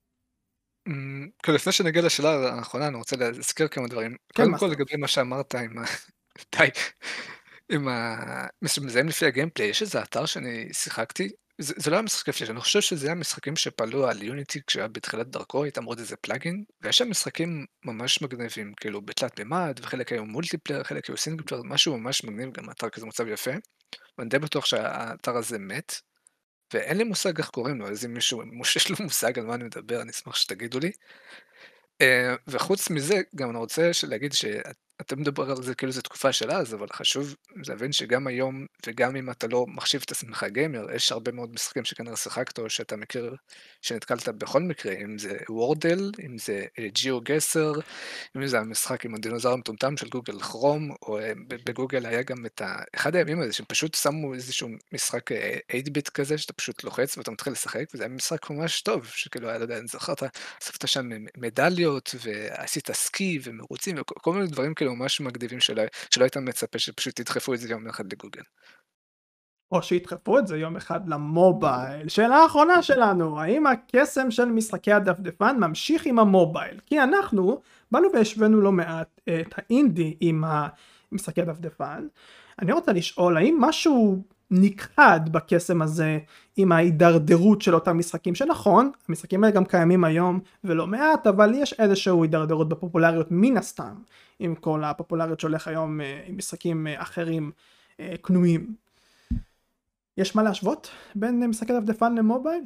אמ, כאילו לפני שנגיע לשאלה האחרונה, אני רוצה להזכיר כמה דברים. כן, קודם מה כל זאת? לגבי מה שאמרת עם ה... די. עם ה... מזהים לפי הגיימפליי, יש איזה אתר שאני שיחקתי, זה, זה לא היה משחקי פלאש, אני חושב שזה היה משחקים שפעלו על יוניטי כשהיה בתחילת דרכו, הייתם עוד איזה פלאגין, ויש שם משחקים ממש מגניבים, כאילו בתלת מימד, וחלק היו מולטיפלייר, חלק היו סינגל פלייר, משהו ממש מגניב, גם אתר כזה מצב יפה, ואני די בטוח שהאתר הזה מת, ואין לי מושג איך קוראים לו, אז אם מישהו יש לו מושג על מה אני מדבר, אני אשמח שתגידו לי. אה, וחוץ מזה, גם אני רוצה להגיד שאתה מדבר על זה כאילו זו תקופה של אז, אבל חשוב להבין שגם היום, וגם אם אתה לא מחשיב את עצמך גיימר, יש הרבה מאוד משחקים שכנראה שיחקת, או שאתה מכיר, שנתקלת בכל מקרה, אם זה וורדל, אם זה ג'יו גסר, אם זה המשחק עם הדינוזאור המטומטם של גוגל כרום, או אה, ב- בגוגל היה גם את ה... אחד הימים הזה, שפשוט שמו איזשהו משחק שמונה ביט כזה, שאתה פשוט לוחץ ואתה מתחיל לשחק, וזה היה משחק ממש טוב, שכאילו, היה, לא יודע, אני זוכר, אתה אספת שם מדליות, ועשית סקי ומרוצים, וכל מיני דברים כאילו ממש מגניבים שלא, שלא היית מצפה שפשוט תדחפו את זה יום אחד לגוגל. או שידחפו את זה יום אחד למובייל. שאלה האחרונה שלנו, האם הקסם של משחקי הדפדפן ממשיך עם המובייל? כי אנחנו באנו והשווינו לא מעט את האינדי עם משחקי הדפדפן. אני רוצה לשאול, האם משהו נכחד בקסם הזה עם ההידרדרות של אותם משחקים, שנכון, המשחקים האלה גם קיימים היום ולא מעט, אבל יש איזשהו הידרדרות בפופולריות מן הסתם, עם כל הפופולריות שהולך היום אה, עם משחקים אה, אחרים אה, קנויים. יש מה להשוות בין משחקי דפדפן למובייל?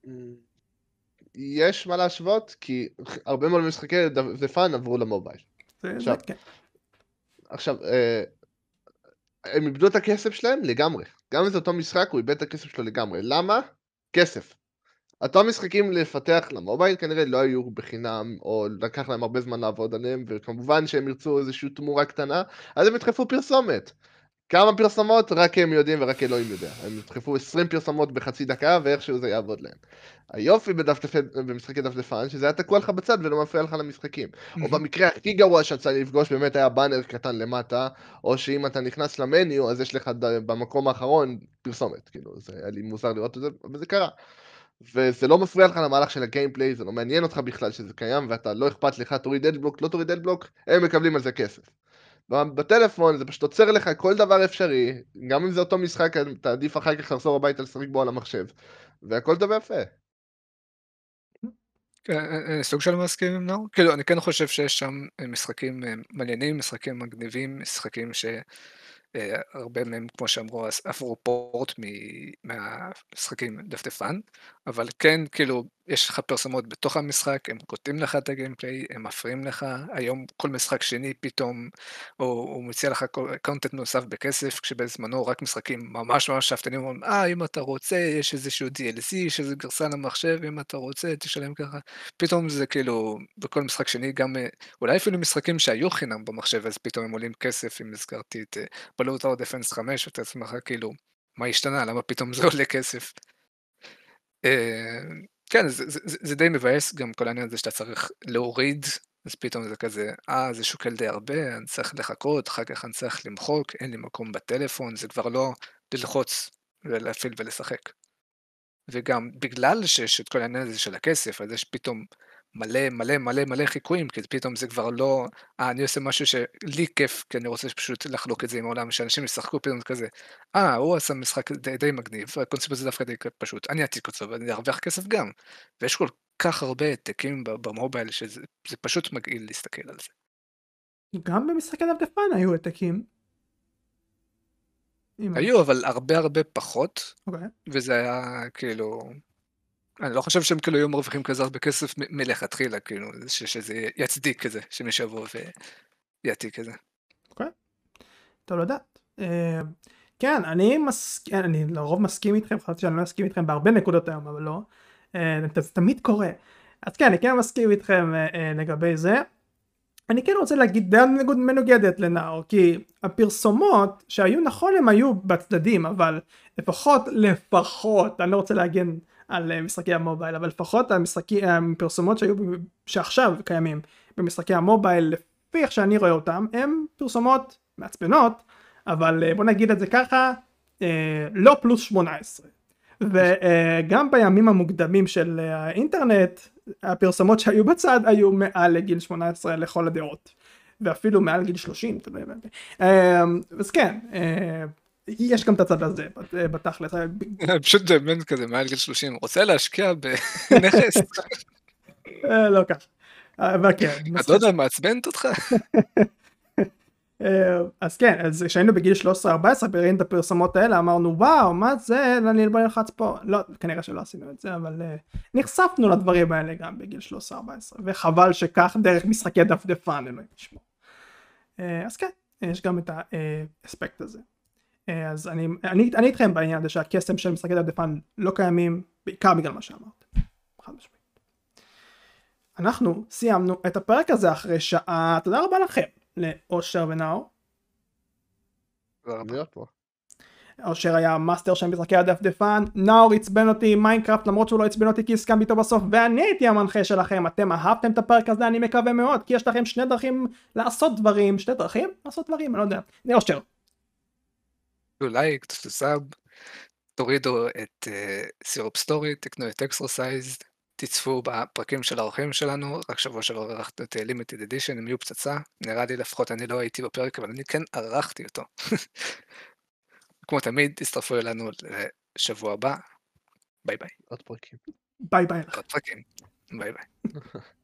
יש מה להשוות, כי הרבה מאוד משחקי דפדפן עברו למובייל. זה, עכשיו, זה כן. עכשיו, אה, הם איבדו את הכסף שלהם לגמרי. גם אם זה אותו משחק, הוא איבד את הכסף שלו לגמרי. למה? כסף. אותם משחקים לפתח למובייל כנראה לא היו בחינם, או לקח להם הרבה זמן לעבוד עליהם, וכמובן שהם ירצו איזושהי תמורה קטנה, אז הם ידחפו פרסומת. כמה פרסומות, רק הם יודעים ורק אלוהים יודע. הם ידחפו עשרים פרסומות בחצי דקה, ואיכשהו זה יעבוד להם. היופי בדפדפן, במשחקי דפדפן, שזה היה תקוע לך בצד ולא מפריע לך למשחקים. או במקרה הכי גרוע שיצא לי לפגוש, באמת היה באנר קטן למטה, או שאם אתה נכנס למניו, אז יש לך במקום האחרון פרסומת. כאילו, זה היה לי מוזר לראות את זה, אבל זה קרה. וזה לא מפריע לך למהלך של הגיימפליי, זה לא מעניין אותך בכלל שזה קיים, ואתה לא אכפת לך, תוריד אדבלוק, לא תוריד אדבלוק, הם מקבלים על זה כסף. בטלפון זה פשוט עוצר לך כל דבר אפשרי, גם אם זה אותו משחק, אתה עדיף אחר כך לחזור הביתה לשחק בו על המחשב, והכל טוב ויפה. סוג של מסכים עם נאור, כאילו אני כן חושב שיש שם משחקים מעניינים, משחקים מגניבים, משחקים ש... הרבה מהם, כמו שאמרו, עברו פורט מהמשחקים דפדפן, אבל כן, כאילו, יש לך פרסומות בתוך המשחק, הם קוטעים לך את הגיימפליי, הם מפריעים לך, היום כל משחק שני פתאום, הוא, הוא מציע לך קונטנט נוסף בכסף, כשבזמנו רק משחקים ממש ממש שאפתנים, אומרים, אה, אם אתה רוצה, יש איזשהו די אל סי, יש איזה גרסה למחשב, אם אתה רוצה, תשלם ככה, פתאום זה כאילו, בכל משחק שני, גם, אולי אפילו משחקים שהיו חינם במחשב, אז פתאום הם עולים כסף, אם הזכרתי את בלוטאור דפנס חמש, ואתה עצמך כאילו, מה השתנה? למה פתאום זה עולה כסף? כן, זה די מבאס, גם כל העניין הזה שאתה צריך להוריד, אז פתאום זה כזה, אה, זה שוקל די הרבה, אני צריך לחכות, אחר כך אני צריך למחוק, אין לי מקום בטלפון, זה כבר לא ללחוץ ולהפעיל ולשחק. וגם בגלל שיש את כל העניין הזה של הכסף, אז יש פתאום מלא מלא מלא מלא חיקויים, כי פתאום זה כבר לא, אה, אני עושה משהו שלי כיף, כי אני רוצה פשוט לחלוק את זה עם העולם, שאנשים ישחקו פתאום כזה, אה, הוא עשה משחק די, די מגניב, והקונספט הזה דווקא די פשוט, אני אעתיק אותו ואני ארוויח כסף גם, ויש כל כך הרבה העתקים במובייל, שזה פשוט מגעיל להסתכל על זה. גם במשחקי דפדפן היו העתקים. היו, אבל הרבה הרבה פחות, אוקיי. וזה היה כאילו... אני לא חושב שהם כאילו היו מרוויחים כזה הרבה כסף מלכתחילה, כאילו, שזה יצדיק כזה, שמישהו יבוא ויעתיק כזה. אוקיי, טוב לדעת. כן, אני מסכים, אני לרוב מסכים איתכם, חשבתי שאני לא מסכים איתכם בהרבה נקודות היום, אבל לא. זה תמיד קורה. אז כן, אני כן מסכים איתכם לגבי זה. אני כן רוצה להגיד דעה מנוגדת לנאור, כי הפרסומות שהיו נכון הם היו בצדדים, אבל לפחות, לפחות, אני לא רוצה להגן על משחקי המובייל, אבל לפחות המשחקי, הפרסומות שהיו, שעכשיו קיימים במשחקי המובייל, לפי איך שאני רואה אותם, הם פרסומות מעצבנות, אבל בוא נגיד את זה ככה, לא פלוס שמונה עשרה. וגם בימים המוקדמים של האינטרנט, הפרסומות שהיו בצד היו מעל לגיל שמונה עשרה לכל הדעות, ואפילו מעל גיל שלושים. אז כן, יש גם את הצד הזה בתכלס. פשוט דמיין כזה מעל גיל שלושים, רוצה להשקיע בנכס? לא כך. אבל כן. את לא יודע, מעצבנת אותך? אז כן, אז כשהיינו בגיל שלוש עשרה ארבע עשרה וראינו את הפרסומות האלה, אמרנו וואו, מה זה, אני לא נלחץ פה. לא, כנראה שלא עשינו את זה, אבל נחשפנו לדברים האלה גם בגיל שלוש עשרה ארבע עשרה, וחבל שכך דרך משחקי דפדפן, אלוהים ישמור. אז כן, יש גם את האספקט הזה. אז אני, אני, אני איתכם בעניין הזה שהקסם של משחקי דפדפן לא קיימים, בעיקר בגלל מה שאמרת. חד משמעית. אנחנו סיימנו את הפרק הזה אחרי שעה, תודה רבה לכם. לאושר ונאור. אושר היה מאסטר של משחקי הדפדפן, נאור עצבן אותי עם מיינקראפט למרות שהוא לא עצבן אותי כי הסכמתי איתו בסוף, ואני הייתי המנחה שלכם. אתם אהבתם את הפרק הזה, אני מקווה מאוד, כי יש לכם שני דרכים לעשות דברים, שני דרכים לעשות דברים, אני לא יודע. הנה אושר. תעשו לייק, תעשו סאב, תורידו את סירופ סטורי, תקנו את אקסרסייז, תצפו בפרקים של האורחים שלנו, רק שבוע שעבר ערכתי את לימיטד אדישן, הם יהיו פצצה, נראה לי לפחות אני לא הייתי בפרק, אבל אני כן ערכתי אותו. כמו תמיד, תצטרפו אלינו לשבוע הבא, ביי ביי. עוד פרקים. ביי ביי. עוד פרקים, ביי ביי.